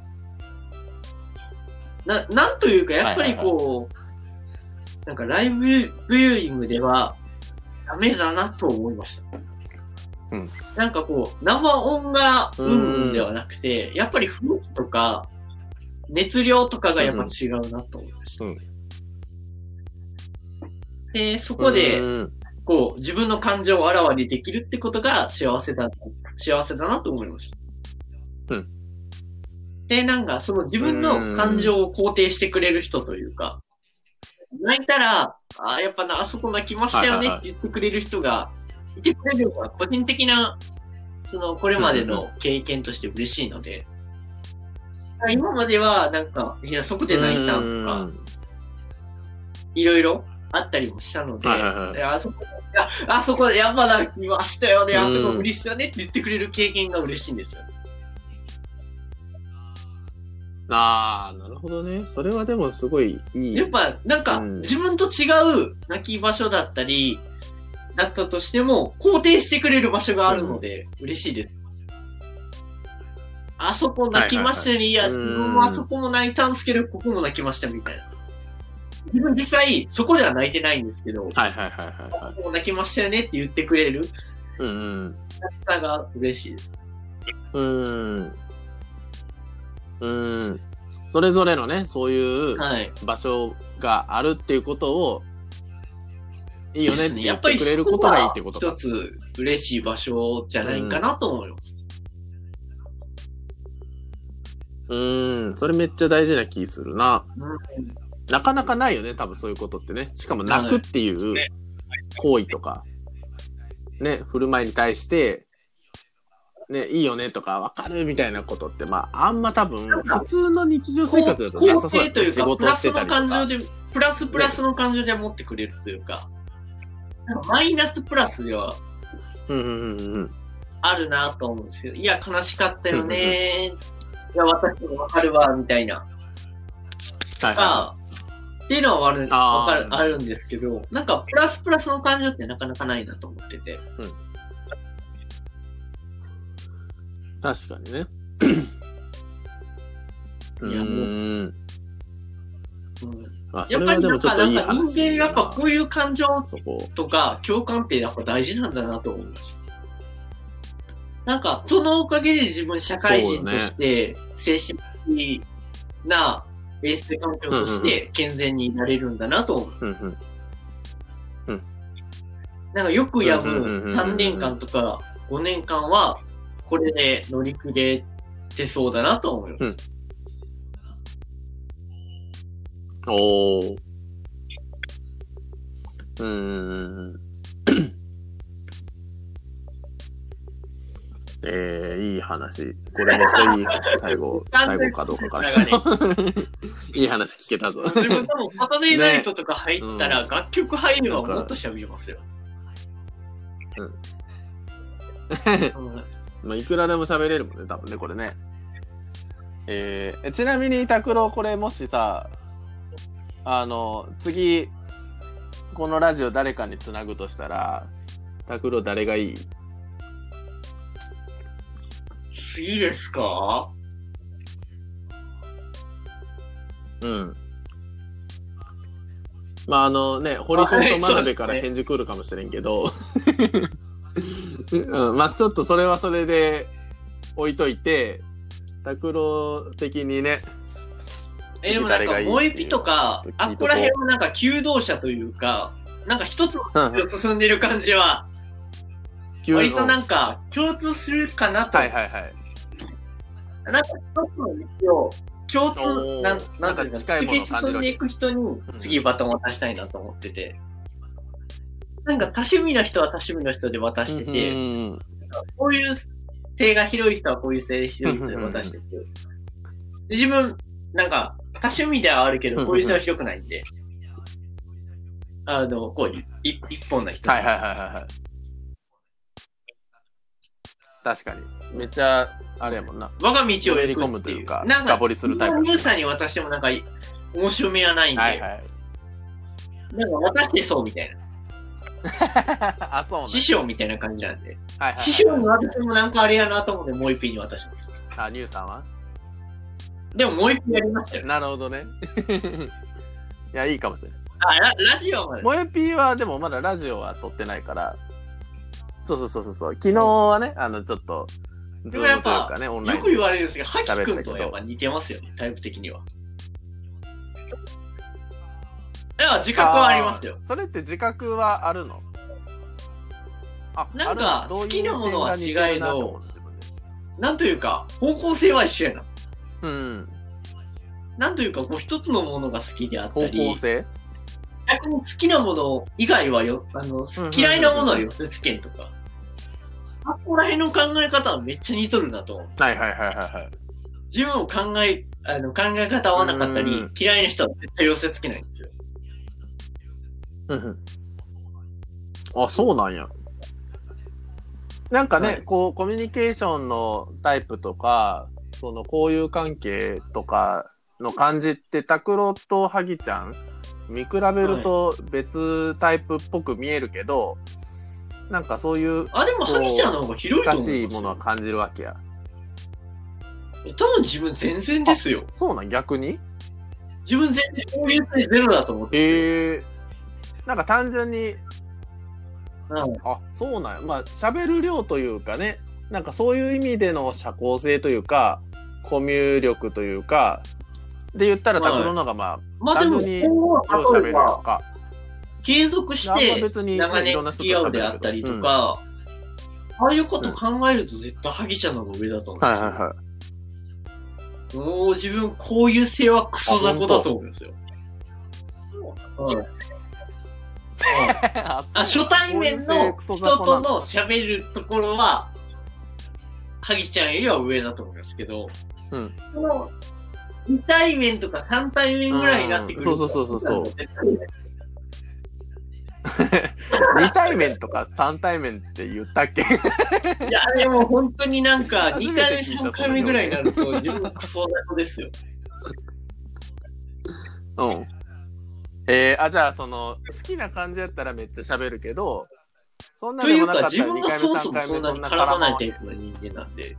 な、なんというか、やっぱりこう、なんかライブビューイングではダメだなと思いました。 うん、 なんかこう、生音がうんではなくて、やっぱり雰囲気とか、熱量とかがやっぱ違うなと思いました。うん、で、そこで、こう、自分の感情をあらわにできるってことが幸せだ、幸せだなと思いました。うん。で、なんか、その自分の感情を肯定してくれる人というか、泣いたら、ああ、やっぱな、あそこ泣きましたよねって言ってくれる人がいてくれるのは、個人的な、その、これまでの経験として嬉しいので、今までは、なんか、いや、そこで泣いたとか、いろいろあったりもしたので、あそこ、あそこでやっぱ泣きましたよね、あそこ無理っすよねって言ってくれる経験が嬉しいんですよね。 ああ、なるほどね。それはでもすごいいい。 やっぱ、なんか、自分と違う泣き場所だったり、だったとしても、肯定してくれる場所があるので、嬉しいです。あそこ泣きましたね。いや、自分もあそこも泣いたんですけど、ここも泣きましたみたいな。自分実際、そこでは泣いてないんですけど、 はいはいはいはい、はい。 ここも泣きましたよねって言ってくれる。 うんうん。 方が嬉しいです。 うーん。うーん。それぞれのね、そういう場所があるっていうことを、いいよねって言ってくれることがいいってことか。 一つ嬉しい場所じゃないかなと思います。 うーん、それめっちゃ大事な気するな。うん、なかなかないよね、多分そういうことってね。しかも泣くっていう行為とか、ね、振る舞いに対して、ね、いいよねとか分かるみたいなことって、まあ、あんま多分、普通の日常生活だとなさそうだね。仕事してたりとか。プラスの感情で、 プラスプラスの感情で持ってくれるというか、なんかマイナスプラスでは、 うんうんうんうん、 あるなと思うんですけど、いや、悲しかったよね、うんうん、いや、私も分かるわ、みたいな。はいはい。っていうのはある、わかる、あるんですけど、なんか、プラスプラスの感情ってなかなかないなと思ってて。うん。 確かにね。 いや、もう。うん。 あ、それはでもちょっといい話。 やっぱり人間やっぱこういう感情とか共感ってやっぱ大事なんだなと思いました。なんか、そのおかげで自分社会人として、精神的な衛生環境として健全になれるんだなと思う。うんうんうん、なんかよくやむさんねんかんとかごねんかんは、これで乗り切れてそうだなと思います。うんおー。うーん。えー、いい話。これめっちゃいい話。最後、最後かどうかから。いい話聞けたぞ。 自分多分、サタデーナイトとか入ったら、ね、楽曲入るのはもっと喋りますよ。 うん。まあ、いくらでも喋れるもんね、多分ね、これね。えー、ちなみに、拓郎、これもしさ、あの、次、このラジオ誰かにつなぐとしたら、拓郎誰がいい？ いいですか？ うん。まあ、あのね、堀翔と真鍋から返事来るかもしれんけど、うん、まあちょっとそれはそれで置いといて、拓郎的にね、 えー、でもなんか、萌えピとか、あっこら辺はなんか、求道者というか、なんか一つの道を進んでる感じは、割となんか、共通するかなと。 はいはいはい。 なんか、一つの道を、共通、なん、なんていうか、次進んでいく人に、次バトンを渡したいなと思ってて。なんか、多趣味な人は多趣味の人で渡してて、うん、こういう性が広い人はこういう性が広い人で渡してて。で自分、なんか、多趣味ではあるけど、こういう人は広くないんで、あの、こういう、一本な人。 はいはいはいはい。確かに。めっちゃ、あれやもんな。 我が道を行くり込むというか、深掘りするタイプ。 ムーさんに渡してもなんか、面白みはないんで、はいはい、なんか渡してそうみたいな。 あ、そうね。 師匠みたいな感じなんで。 はいはいはい、 師匠に私もなんかあれやなと思って、もう一品に渡します。 あ、ニューさんはでももう一品やりましたよ。 なるほどね。いや、いいかもしれない。 あ、ラ, ラジオまで。 もえぴーは、でもまだラジオは撮ってないから、そうそうそうそう、昨日はね、あの、ちょっと、ズームというかね、オンライン。 よく言われるんですけど、ハキ君とはやっぱ似てますよね、タイプ的には。いや、自覚はありますよ。 それって自覚はあるの？ あ、なんか、好きなものは違えど、なんというか、方向性は一緒やな。 うん。 なんというか、こう、一つのものが好きであったり、 方向性？ 逆に好きなもの以外はよ、あの、嫌いなものは寄せつけんとか、あここら辺の考え方はめっちゃ似とるなと思う。 はいはいはいはいはい。 自分を考え、あの、考え方合わなかったり、嫌いな人は絶対寄せつけないんですよ。 うんうん。あ、そうなんや。なんかね、はい、こう、コミュニケーションのタイプとか、その、交友関係とかの感じって、拓郎と萩ちゃん、見比べると別タイプっぽく見えるけど、はい、なんかそういう、 あ、でも萩ちゃんの方が広いと思う。 近しいものは感じるわけや。 多分自分全然ですよ。 そうなん、逆に自分全然こういうゼロだと思って。 へえー。なんか単純に、 うん、 あ、そうなんや。まあ、喋る量というかね、なんかそういう意味での社交性というか、コミュ力というか、で言ったら拓郎の方がまあ、 まあ、単純によう喋るのか。 継続して長年付き合うであったりとか、うん、ああいうこと考えると絶対萩ちゃんの方が上だと思うんですよ。 はいはいはい。 もう自分こういう性はクソ雑魚だと思うんですよ。うん、あ初対面の人との喋るところは、萩ちゃんよりは上だと思うんですけど、 うん、 そのに対面とかさん対面ぐらいになってくると、 うん、そうそうそうそう。に対面とかさん対面って言ったっけ？いや、でも本当になんかにかいめ、さんかいめぐらいになると自分クソ雑魚ですよ。 うん。えー、あ、じゃあ、その、好きな感じやったらめっちゃ喋るけど、そんなでもなかったらにかいめ、さんかいめ、そんな絡まないタイプの人間なんで。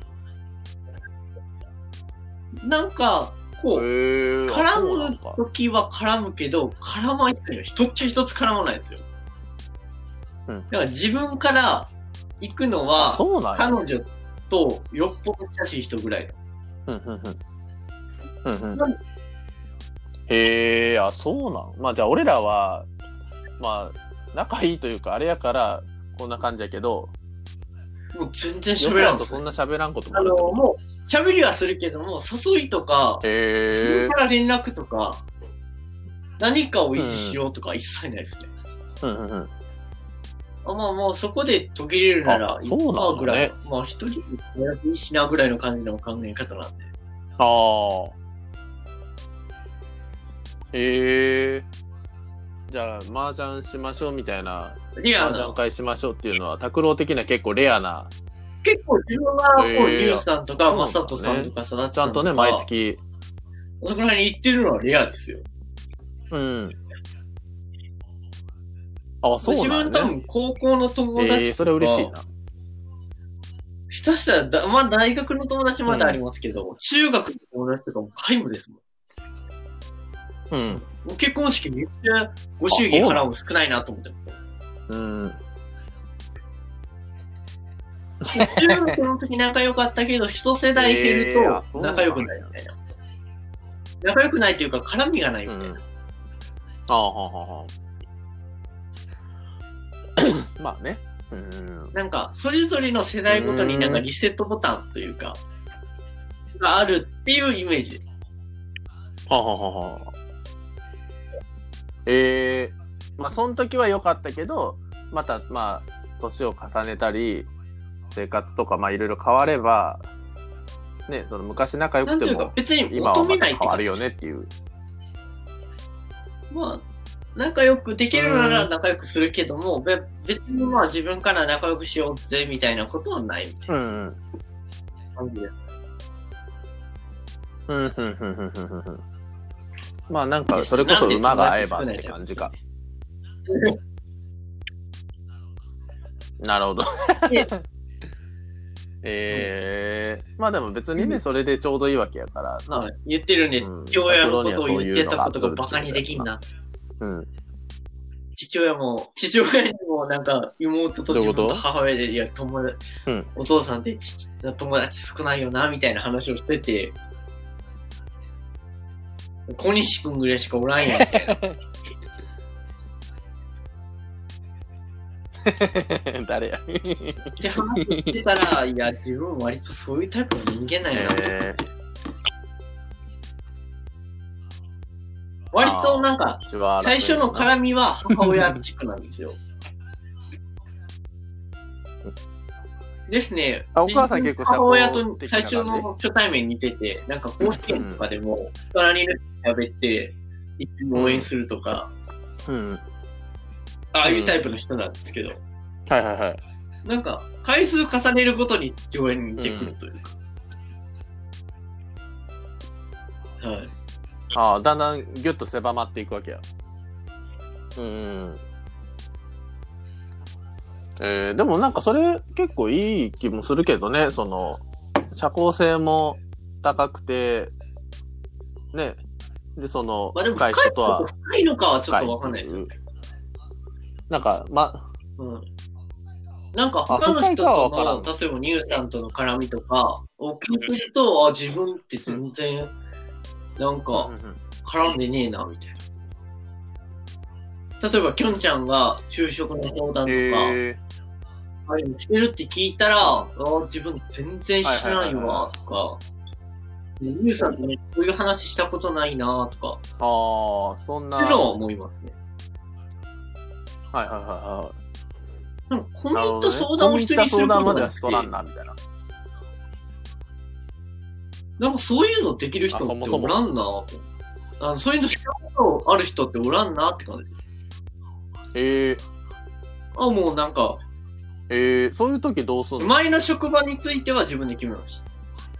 なんか、こう、えー、絡むときは絡むけど、絡まない人には一つ一つ絡まないんですよ。うん。だから自分から行くのは、彼女とよっぽど親しい人ぐらい。 うん、うん、うん。うん、うん。へえ、あ、そうなん。まあじゃあ俺らは、まあ、仲いいというか、あれやから、こんな感じやけど、 もう全然喋らんとそんな喋らんこともある。あの、もう、喋りはするけども、誘いとか、 へ自分から連絡とか、何かを維持しようとか一切ないですね。 うんうんうん。 あまあもうそこで途切れるなら、 そうなんだね、 ぐらい。まあ一人でやるしなぐらいの感じの考え方なんで。 ああ。へえー、じゃあ麻雀しましょうみたいな、麻雀会しましょうっていうのは拓郎的な結構レアな。 結構自分はこう、えー、リュウさんとかマサトさんとかさだちちゃんとね毎月そこら辺に行ってるのはレアですよ。 うん。あ、そうなんだ、ね。 自分多分高校の友達とか、えー、 それ嬉しいな。 下手したらだ、まあ大学の友達まだありますけど、うん、中学の友達とかも皆無ですもん。 うん。 結婚式めっちゃご祝儀払うの少ないなと思って。 うん。 中学の時仲良かったけど、一世代減ると仲良くないみたいな。仲良くないっていうか絡みがないみたいな。うん、ああ、はあ、はあ。まあね。うん。 なんか、それぞれの世代ごとになんかリセットボタンというか、があるっていうイメージ。 はあ、はあはあ。ええー、まあその時は良かったけど、またまあ年を重ねたり生活とかまあいろいろ変わればね、その昔仲良くても別に今はまた変わるよねっていう。 まあ仲良くできるなら仲良くするけども、べ別にまあ自分から仲良くしようぜみたいなことはないみたいな感じです。 うんうんうんうんうんうんうん。まあなんかそれこそ馬が合えばって感じか。 なるほど。 でえー、まあでも別にね、それでちょうどいいわけやからな。 はい、言ってるんで、 うん父親のことを言ってたことがバカにできんな。 うん。 父親も、父親にもなんか妹と自分と母親で、いや、友達、うん、お父さんって友達少ないよな、みたいな話をしてて、小西くんぐらいしかおらんやん、みたいな。 誰やって話してたら、いや、自分割とそういうタイプの人間なんやなと。えー、割となんか、最初の絡みは母親チックなんですよ。ですね。 あ、お母さん結構母親と最初の初対面に出て、なんか公式園とかでも、隣に喋って、一緒に応援するとか、 うん。 ああいうタイプの人なんですけど、 うん、はいはいはい。 なんか、回数重ねるごとに父親に似てくるというか。うん、はい。 ああ、だんだんギュッと狭まっていくわけや。うん。えー、でもなんかそれ結構いい気もするけどね、その、社交性も高くて、ね。で、その、 まあ、でも深い人とは。深いのかはちょっとわかんないですよ。 なんか、ま、 うん。なんか他の人との、例えばニューさんとの絡みとかを聞いてると、あ、自分って全然、なんか、絡んでねえな、みたいな。例えば、きょんちゃんが就職の相談とか、えー、ああいうのしてるって聞いたら、あ自分全然しないわ、とか、ニューさんとね、こういう話したことないな、とか。 ああ、そんな。 っていうのは思いますね。 はいはいはいはい。 でもコミット相談を人にすることがしとらんなみたいな。 なんかそういうのできる人っておらんなぁ。あのそういうのしたことある人っておらんなって感じです。 ええー。 あ、もうなんか。 ええー、そういう時どうするの？ 前の職場については自分で決めました。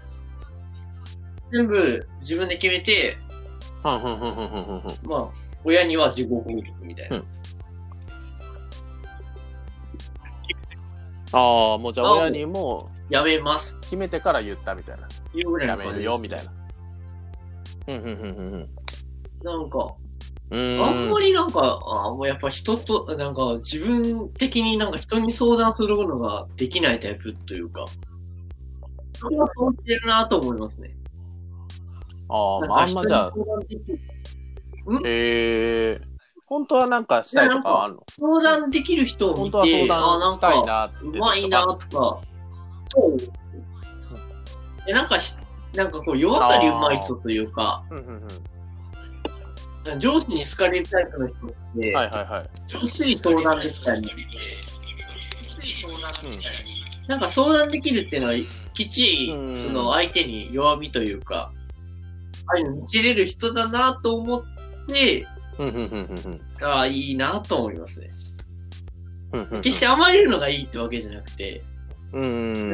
全部自分で決めて、 はんはんはんはんはんはん。 まあ、親には自己報告みたいな。うん、 ああ、もうじゃあ親にもやめます決めてから言ったみたいな。 言うぐらいやめるよみたいな。うんうんうんうん。 なんか、うんあんまりなんか、あもうやっぱ人と、なんか自分的になんか人に相談するのができないタイプというか、それはそうしてるなと思いますね。 ああ、まああんまじゃあ、ええー。本当はなんかしたいとかはあるの？ 相談できる人を見て、本当は相談したいなって。うまいなとか、そう。で、なんか、なんかこう、世渡りうまい人というか、うんうんうん、上司に好かれるタイプの人って、はいはいはい。上司に相談できたり、うん、なんか相談できるっていうのは、きっちり、その相手に弱みというか、ああいうの見せれる人だなと思って、ああ、いいなと思いますね。決して甘えるのがいいってわけじゃなくて、うん、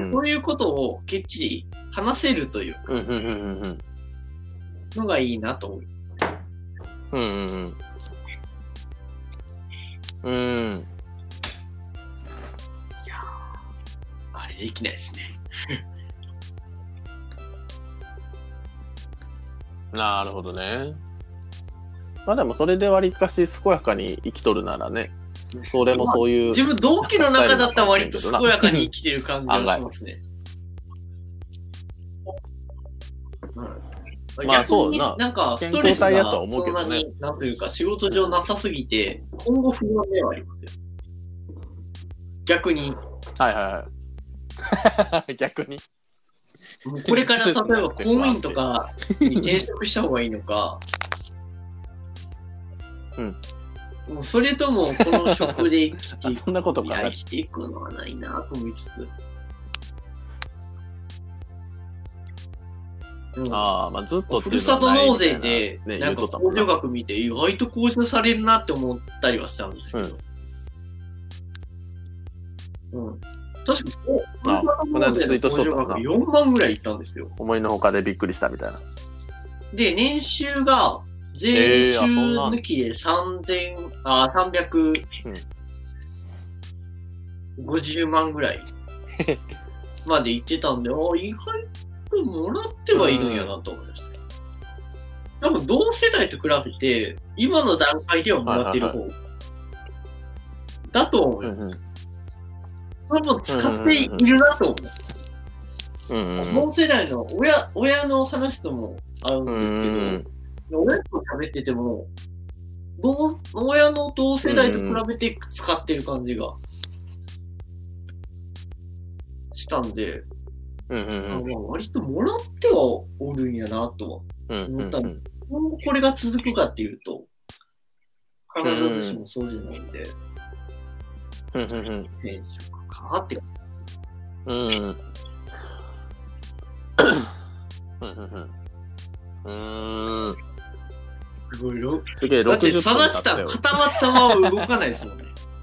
そういうことをきっちり話せるというか、のがいいなと思います。うんうんうん。うん。いやー、あれできないですね。 なるほどね。まあでもそれで割りかし健やかに生きとるならね、それもそういう、まあ、 自分同期の中だったら割と健やかに生きてる感じがしますね。まあそうな。なんかストレスがそんなに、なんというか仕事上なさすぎて、今後不安ではありますよ。逆に。 はいはいはい。逆に。 これから例えば公務員とかに転職した方がいいのか、うん。もうそれともこの職で生きていくそんなことか生きていくのはないなと思いつつ。 うん、ああ、まあずっとふるさと納税で、ね、なんか控除額見て意外と控除されるなって思ったりはしたんですけど。うん。うん、確かに、 あこの間ツイートしとったな。 よんまんぐらいいったんですよ。 思いのほかでびっくりしたみたいな。 で、年収が、税収抜きでさんぜん、あ、さんびゃくごじゅうまんぐらいまで行ってたんで、ああ、意外ともらってはいるんやなと思いました。多分同世代と比べて、今の段階ではもらってる方、はいはいはい、だと思うよ。うんうん、多分使っているなと思う。うんうん、同世代の親、親の話とも合うんですけど、うんうん、親と喋ってても、同親の同世代と比べて使ってる感じがしたんで、うんうんうん、まあ割ともらってはおるんやなとは思ったんで、うんうんうん、これが続くかっていうと、必ずしもそうじゃないんで、 うんうんうん、 転職かなって。 うん。うんうんうん。うーん。 すごいろ。 すげえ、 だって、さだちたん固まったまま動かないですもんね。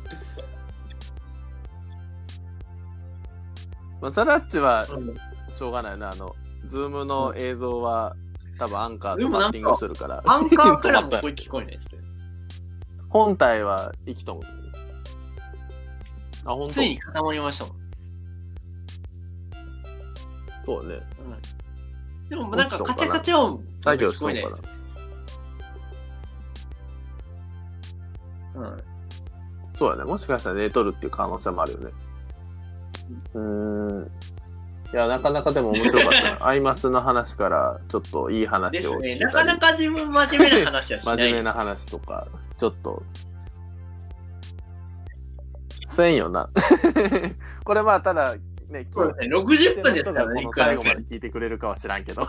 まあ、サラッチは、しょうがないな。あの、ズームの映像は、多分アンカーとバッティングするから。 アンカーからも声聞こえないですよ。 本体は生きとん。あ、ほんと。 ついに固まりましたもん。 そうね。 うん、でも、なんかカチャカチャ音作業聞こえないです。うん。そうだね。もしかしたら寝とるっていう可能性もあるよね。うーん。いや、なかなかでも面白かったな。アイマスの話からちょっといい話を聞いたり。 ですね。なかなか自分真面目な話はしない。 真面目な話とか、ちょっと。せんよな。これまあ、ただ、ね、 そうですね。ろくじゅっぷんですからね。 この最後まで聞いてくれるかは知らんけど。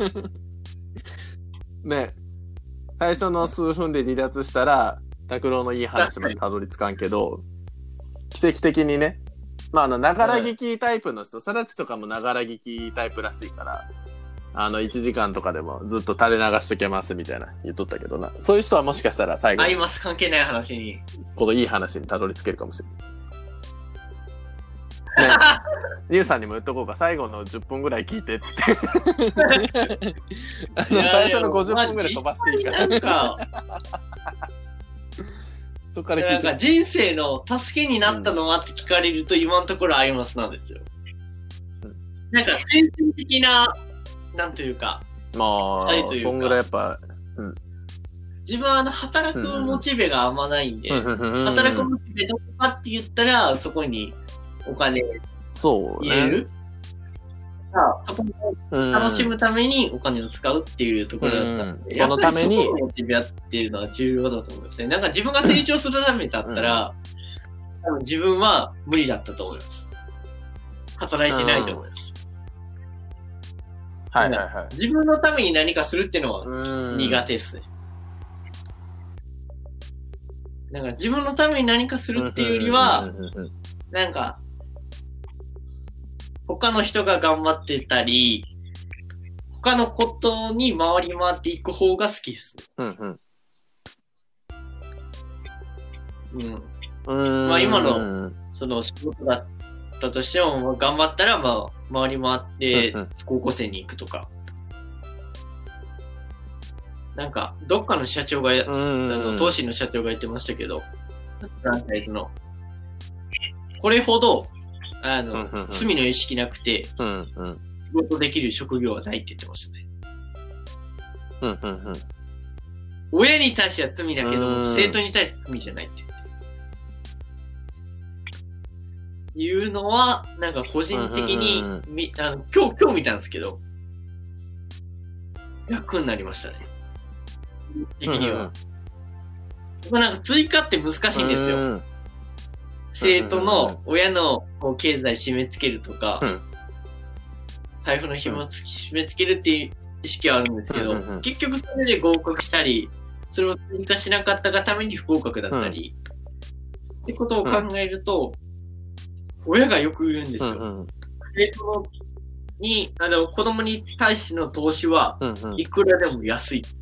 ね。最初の数分で離脱したら、拓郎のいい話までたどり着かんけど、奇跡的にね、まあ、あの、ながら聞きタイプの人、サラチとかもながら聞きタイプらしいから、あの、いちじかんとかでもずっと垂れ流しとけますみたいな言っとったけどな。そういう人はもしかしたら最後に、 あります、関係ない話に。 このいい話にたどり着けるかもしれない。ね、ニュウさんにも言っとこうか、最後のじゅっぷんぐらい聞いてっつってあの最初のごじゅっぷんぐらい飛ばしていいから、なんかそっから聞いて。 なんか人生の助けになったのはって聞かれると、今のところアイマスなんですよ。うん、なんか精神的な、なんというか、 まあ、そんぐらいやっぱ、うん、 自分はあの働くモチベがあんまないんで、働くモチベどこかって言ったら、そこにお金入れる、そこを楽しむためにお金を使うっていうところだったんで、うん、そのためにモチベっていうのは重要だと思いますね。なんか自分が成長するためだったら、うん、多分自分は無理だったと思います。働いてないと思います。 うん、はいはいはい。 自分のために何かするっていうのは苦手ですね。なんか自分のために何かするっていうよりは、なんか、他の人が頑張ってたり、他のことに回り回っていく方が好きです。 うんうん。 うん。まあ今の、その仕事だったとしても、頑張ったら、まあ、回り回って、高校生に行くとか。なんか、どっかの社長が、あの、投資の社長が言ってましたけど、なんかその、これほど、あの、うんうんうん、罪の意識なくて、うんうん、仕事できる職業はないって言ってましたね。 うんうんうん、 親に対しては罪だけど、生徒に対して罪じゃないって言って。いうのは、なんか個人的に、うんうんうん、あの今日、今日見たんですけど、楽になりましたね。的には。うんうん、まあなんか追加って難しいんですよ。うん生徒の親のこう経済締め付けるとか、うん、財布の紐つき締め付けるっていう意識はあるんですけど、うんうんうん、結局それで合格したり、それを追加しなかったがために不合格だったり、うん、ってことを考えると、うん、親がよく言うんですよ。うんうん、生徒にあの子供に対しての投資はいくらでも安い。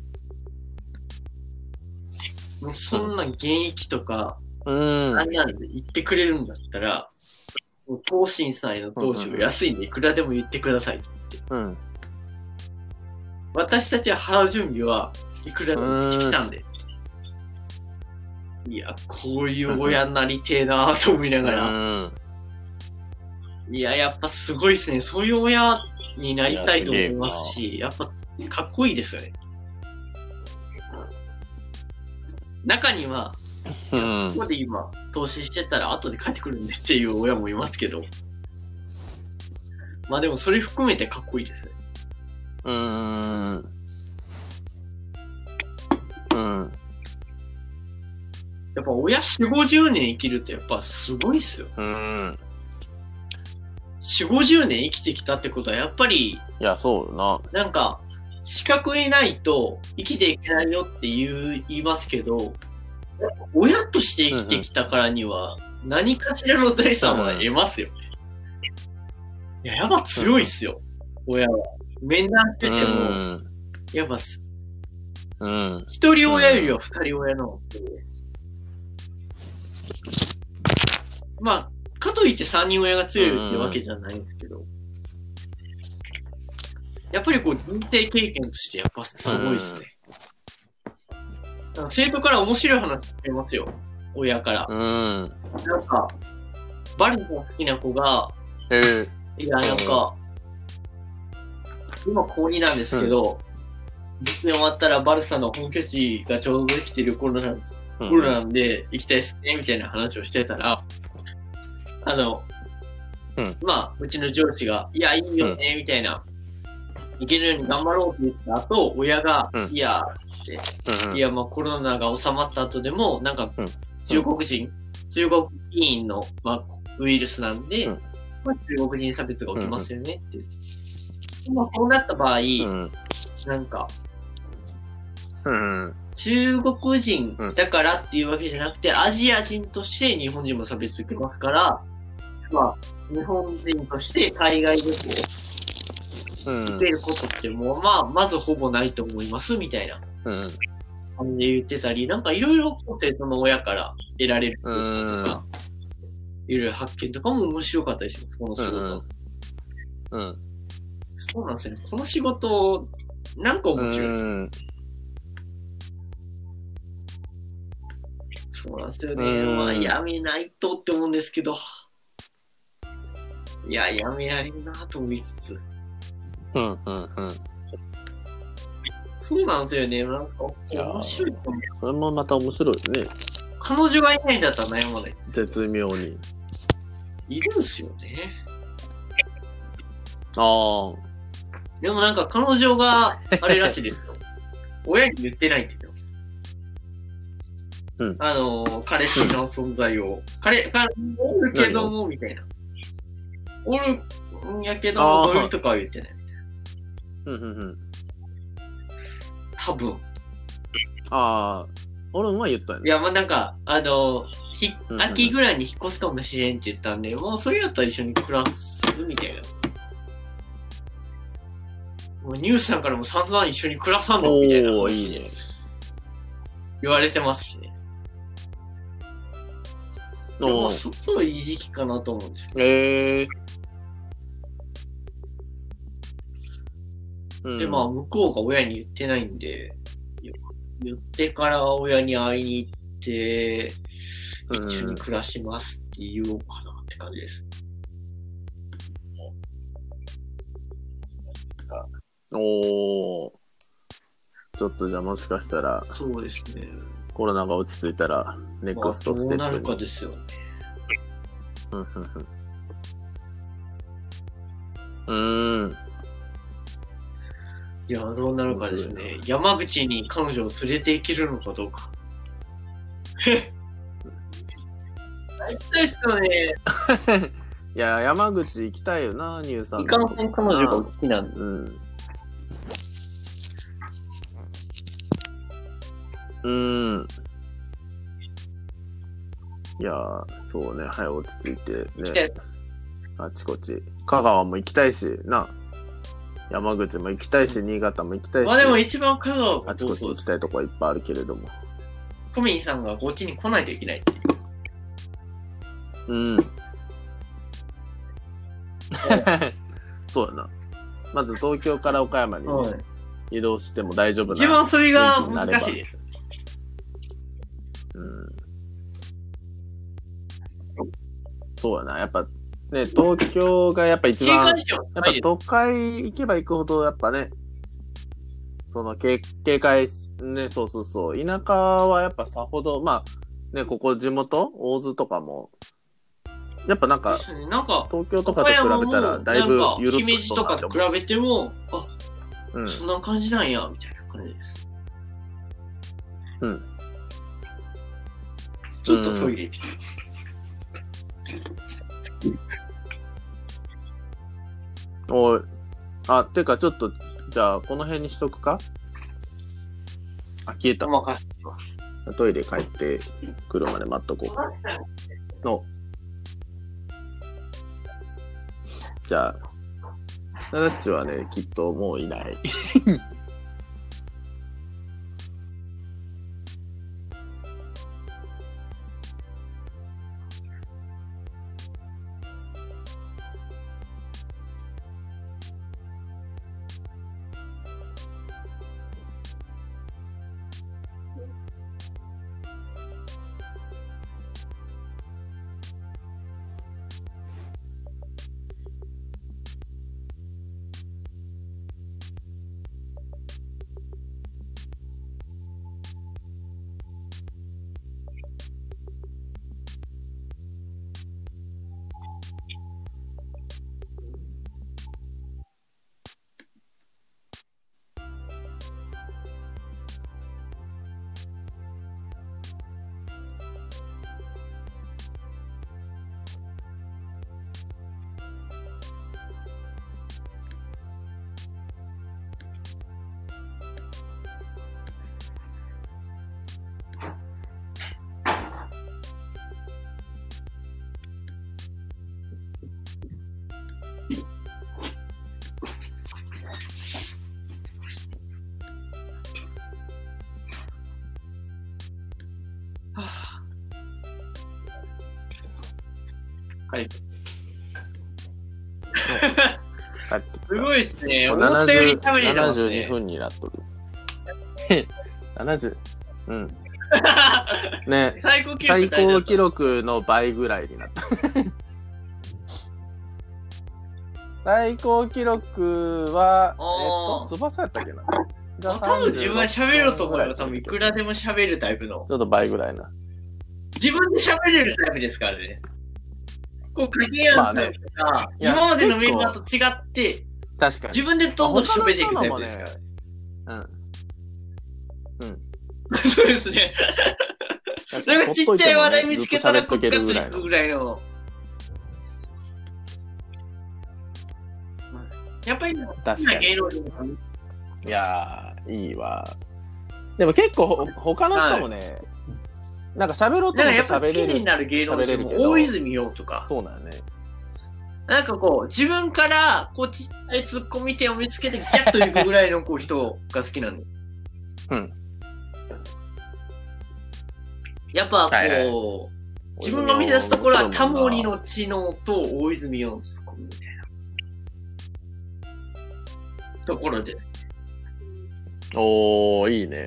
うんうん、もうそんな現役とか、うん、何なんで言ってくれるんだったら、もう投信さんへの投資を安いんでいくらでも言ってくださいって言って、うん。私たちは払う準備はいくらでもしてきたんで。うん、いや、こういう親になりてえなぁと思いながら、うん、 いや、やっぱすごいですね。そういう親になりたいと思いますし、やっぱかっこいいですよね。中には、 うん。 ここで今、投資してたら後で帰ってくるんでっていう親もいますけど。まあでもそれ含めてかっこいいですね。 うーん。うん。 やっぱ親よんじゅう、ごじゅうねん生きるってやっぱすごいっすよ。 うん。 よんじゅう、ごじゅうねん生きてきたってことはやっぱり、 いや、そうよな。 なんか、資格いないと生きていけないよって言う言いますけど、親として生きてきたからには、何かしらの財産は得ますよね。いや、やっぱ強いっすよ、親は。面談してても、 うん。 やっぱ、 うん。 一人親よりは二人親なので、まあ、かといって三人親が強いってわけじゃないんですけど、やっぱりこう人生経験としてやっぱすごいですね。うん、生徒から面白い話聞けますよ、親から。 うん。 なんか、バルの好きな子が、 えー、 いや、なんか、今高になんですけど、実践終わったらバルサの本拠地がちょうどできてる頃なんコロナなんで行きたいっすね、みたいな話をしてたら、あの、 うん、 まあ、うちの上司が、いや、いいよね、みたいな、行けるように頑張ろうって言った後、親が、 うん、 いや、って、いや、まあ、コロナが収まった後でも、なんか、中国人、中国議員の、まあ、ウイルスなんで、まあ、中国人差別が起きますよね、って言って。まあ、こうなった場合、なんか、 うん、 中国人だからっていうわけじゃなくて、アジア人として日本人も差別受けますから、まあ、日本人として海外旅行受けることってもう、まあ、まずほぼないと思います、みたいな感じで言ってたり、なんかいろいろ生徒の親から得られることとか、いろいろ発見とかも面白かったりします、この仕事。 うん。 そうなんですよね。この仕事、なんか面白いです。そうなんですよね。まあ、やめないとって思うんですけど。いや、やめられるなと思いつつ。 うん、うん、うん。 そうなんですよね。なんか、面白いと思う。 それもまた面白いね。 彼女がいないんだったら悩まない。 絶妙に。 いるんすよね。 ああ。 でもなんか彼女があれらしいですよ。親に言ってないって言ってました。うん、あの、彼氏の存在を。彼、彼、おるけども、みたいな。おるんやけども、どういう人かは言ってないみたいな。 うんうんうん。 多分。 ああ、俺も言ったよね。 いや、まあ、なんか、あの、ひ、秋ぐらいに引っ越すかもしれんって言ったんで、もうそれやったら一緒に暮らすみたいな。もうニュースさんからも散々一緒に暮らさんのみたいな話いいね。 言われてますしね。でもそろそろいい時期かなと思うんですけど。 えーうん、で、まあ、向こうが親に言ってないんで、言ってから親に会いに行って、一緒に暮らしますって言おうかなって感じです。 うん、おー。ちょっとじゃあもしかしたら、 そうですね。 コロナが落ち着いたら、ネクストステップに。 まあ、どうなるかですよね。 うんうん。うーん。 いや、どうなるかですね。山口に彼女を連れて行けるのかどうか。行きたいっすよね。 いや、山口行きたいよな、ニューさん。 いかんせん彼女が好きなんで。 うん。うーん。いやー、そうね、はい、落ち着いてね。あちこち。香川も行きたいし、な。山口も行きたいし、新潟も行きたいし。 まあでも一番香川あちこち行きたいとこはいっぱいあるけれども。 コミンさんがこっちに来ないといけないっていう。 うん。そうやな。まず東京から岡山に、ね、はい、移動しても大丈夫な。 一番それが難しいです。 うん。そうやな。やっぱね、東京がやっぱ一番、 警戒してはやっぱないです。 都会行けば行くほど、やっぱね、その警警戒し、ね、そうそうそう、田舎はやっぱさほど、まあ、ね、ここ地元、大津とかも、やっぱなんか、 ですね、なんか、 東京とかと比べたら、だいぶ緩っ姫路とかと比べても、あ、 うん。 そんな感じなんや、みたいな感じです。 うん。 ちょっとトイレ行ってきます。 おい。あ、てかちょっと、じゃあ、この辺にしとくか？あ、消えたお。任せします。 トイレ帰ってくるまで待っとこう。の。じゃあ、ナナッチはね、きっともういない。 はあ、はい。 帰ってきたすごいですね。 もう思ったより食べれてまななじゅうにすね。 ふんになっとる。ななじゅう、うん。ね、 最高記録最高記録。 録の倍ぐらいになった。最高記録は、 あーえっと、翼やったっけな。が多分自分は喋ろうと思えばさんじゅうろっぷんぐら多分いくらでも喋るタイプの。 ちょっと倍ぐらいな。 自分で喋れるタイプですからね。こう、影山さんとか、 まあねいや今までのメンバーと違って、 確かに。 自分でどんどん喋っていくタイプですねから。。 うん。うん。 そうですね。なんかちっちゃい話題見つけたらこっかついくぐらいの。やっぱり、 確かに芸能人とかいやー、いいわ。でも結構ほ、他の人もね、なんか喋ろうと思ってだからやっぱ好喋れる。 きになる芸能人も喋れるけど大泉洋とか、 そうだよね。 なんかこう、自分からこうちっちゃいツッコミ点を見つけてギャッといくぐらいのこう人が好きなんで。 うん。 やっぱこう、 はいはい自分が見出すところはタモリの知能と大泉洋のツッコミみたいなところで。 おー、いいね。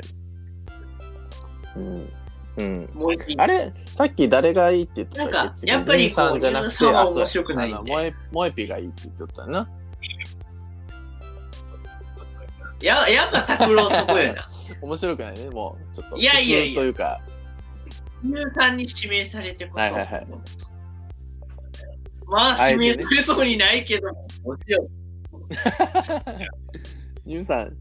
うん。うん。 もう一品あれ、さっき誰がいいって言ってたなんかっけやっぱりこうさんじゃなくて、 ユンさんはあそう面白くないんであの萌え、萌えピがいいって言ってたよな。 や、やっぱ拓郎そこよな。 面白くないね、もう、ちょっと。 いやいやいや普通というか。 ユンさんに指名されてこそ。 はいはいはいまあ、 あえてね指名されそうにないけど、もちろん。 ユンさん。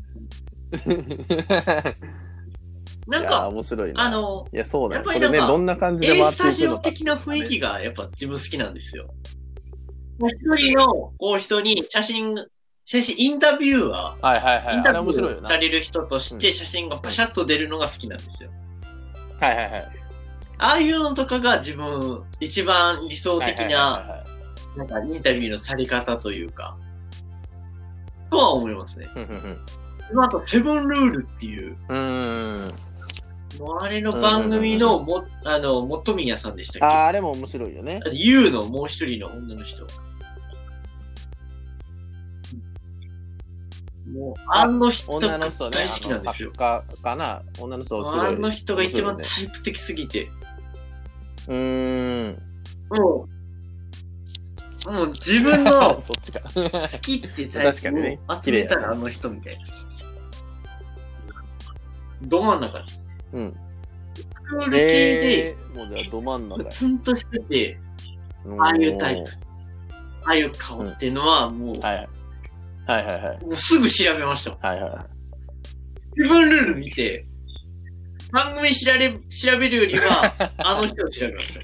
なんいやか、 面白いな。 あの、 いや、そうだよ。 やっぱりなんかこれね、どんな感じで A 回っスタジていくのか。 オ的な雰囲気がやっぱ自分好きなんですよ。もう一人のこう人に写真、写真、インタビュアはいはいはい。 ー、インあれタビ面白いよな。 ューされる人として写真がパシャッと出るのが好きなんですよ。 はいはいはい。 ああいうのとかが自分、一番理想的はいはいな、 はいはいなんかインタビューのされ方というか、とは思いますね。 ふんふんふんその後、セブンルールっていう、 うーん。 もうあれの番組のも、あの、元宮さんでしたっけあー、あれも面白いよね。 あと ユー のもう一人の女の人。もう、あの人が女の人ね、 大好きあのなんですよ作。家かな。女の人すごい。 あの人が一番面タイプ的すぎて。 白いねうーん。 もう、 もう自分のそっちか。 好きってタイプ確かにねを集めたらあの人みたいな。ど真ん中です。 うん。 クール系で、 えー、もうじゃあど真ん中や。 ツンとしてて、ああいうタイプ。ああいう顔っていうのはもう、 はいはい。はいはいはい。 もうすぐ調べましたもん。 はいはい。 自分ルール見て、番組調べ調べるよりは、あの人を調べました。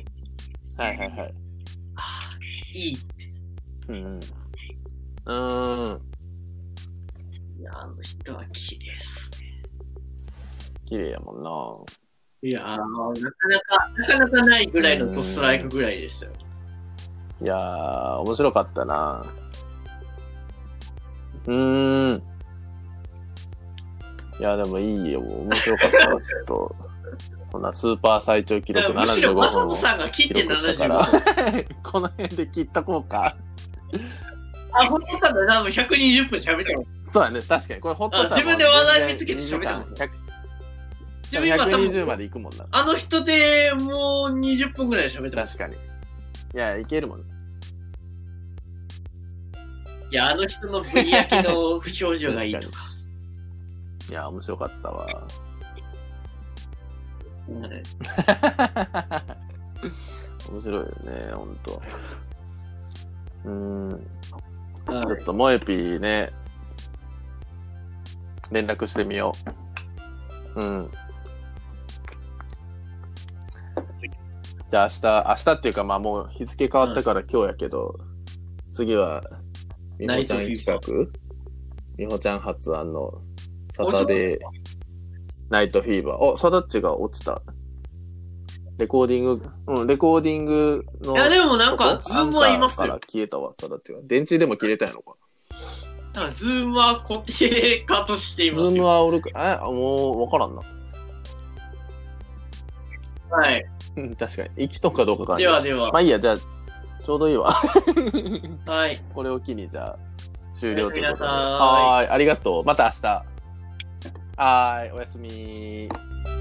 はいはいはい。 ああ、いい。 うんうん。うーん。 いや、あの人は綺麗っすね。 綺麗やもんな。 いやー、なかなか、なかなかないぐらいのドストライクぐらいでしたよ。 いやー、面白かったな。うーん。いや、でもいいよ。面白かったわ、ちょっと。こんなスーパー最長記録むしろ、 ななじゅうごマサふんをトさんが切って記録したななじゅうごからふん。 この辺で切っとこうか。 あ、ほんとかだ、多分ひゃくにじゅっぷん喋ってます。 そうやね、確かに。これほっとったらあ自分で話題見つけて全然喋ってますにじかんでも今多ひゃくにじゅう分、 まで行くもんな。 あの人でもうにじゅっぷんぐらい喋ってます。 確かに。いや、いけるもん。 いや、あの人の V 焼きの不表情がいいとか。 いや、面白かったわ。 うん面白いよね、ほんと。うーん。 はいちょっと、もえぴーね、連絡してみよう。うん。じゃあ明日、明日っていうかまあもう日付変わったから今日やけど、次は、みほちゃん企画みほちゃん発案のサタデーナイトフィーバー。あ、サダッチが落ちた。レコーディング、うん、レコーディングの。 いや、でもなんか、ズームはいますアンカーからよ。 消えたわ、サダッチが。電池でも切れたんやのか。 なんかズームは固定化としていズますよ。 ームはおるか、え、もうわからんな。 はい。 うん確かに。生きとんかどうかかではでは。 まあいいや、じゃあ、ちょうどいいわ。 はい。 これを機に、じゃあ、終了ということで。 おやすみなさいはーい、ありがとう。また明日。はーい、おやすみ。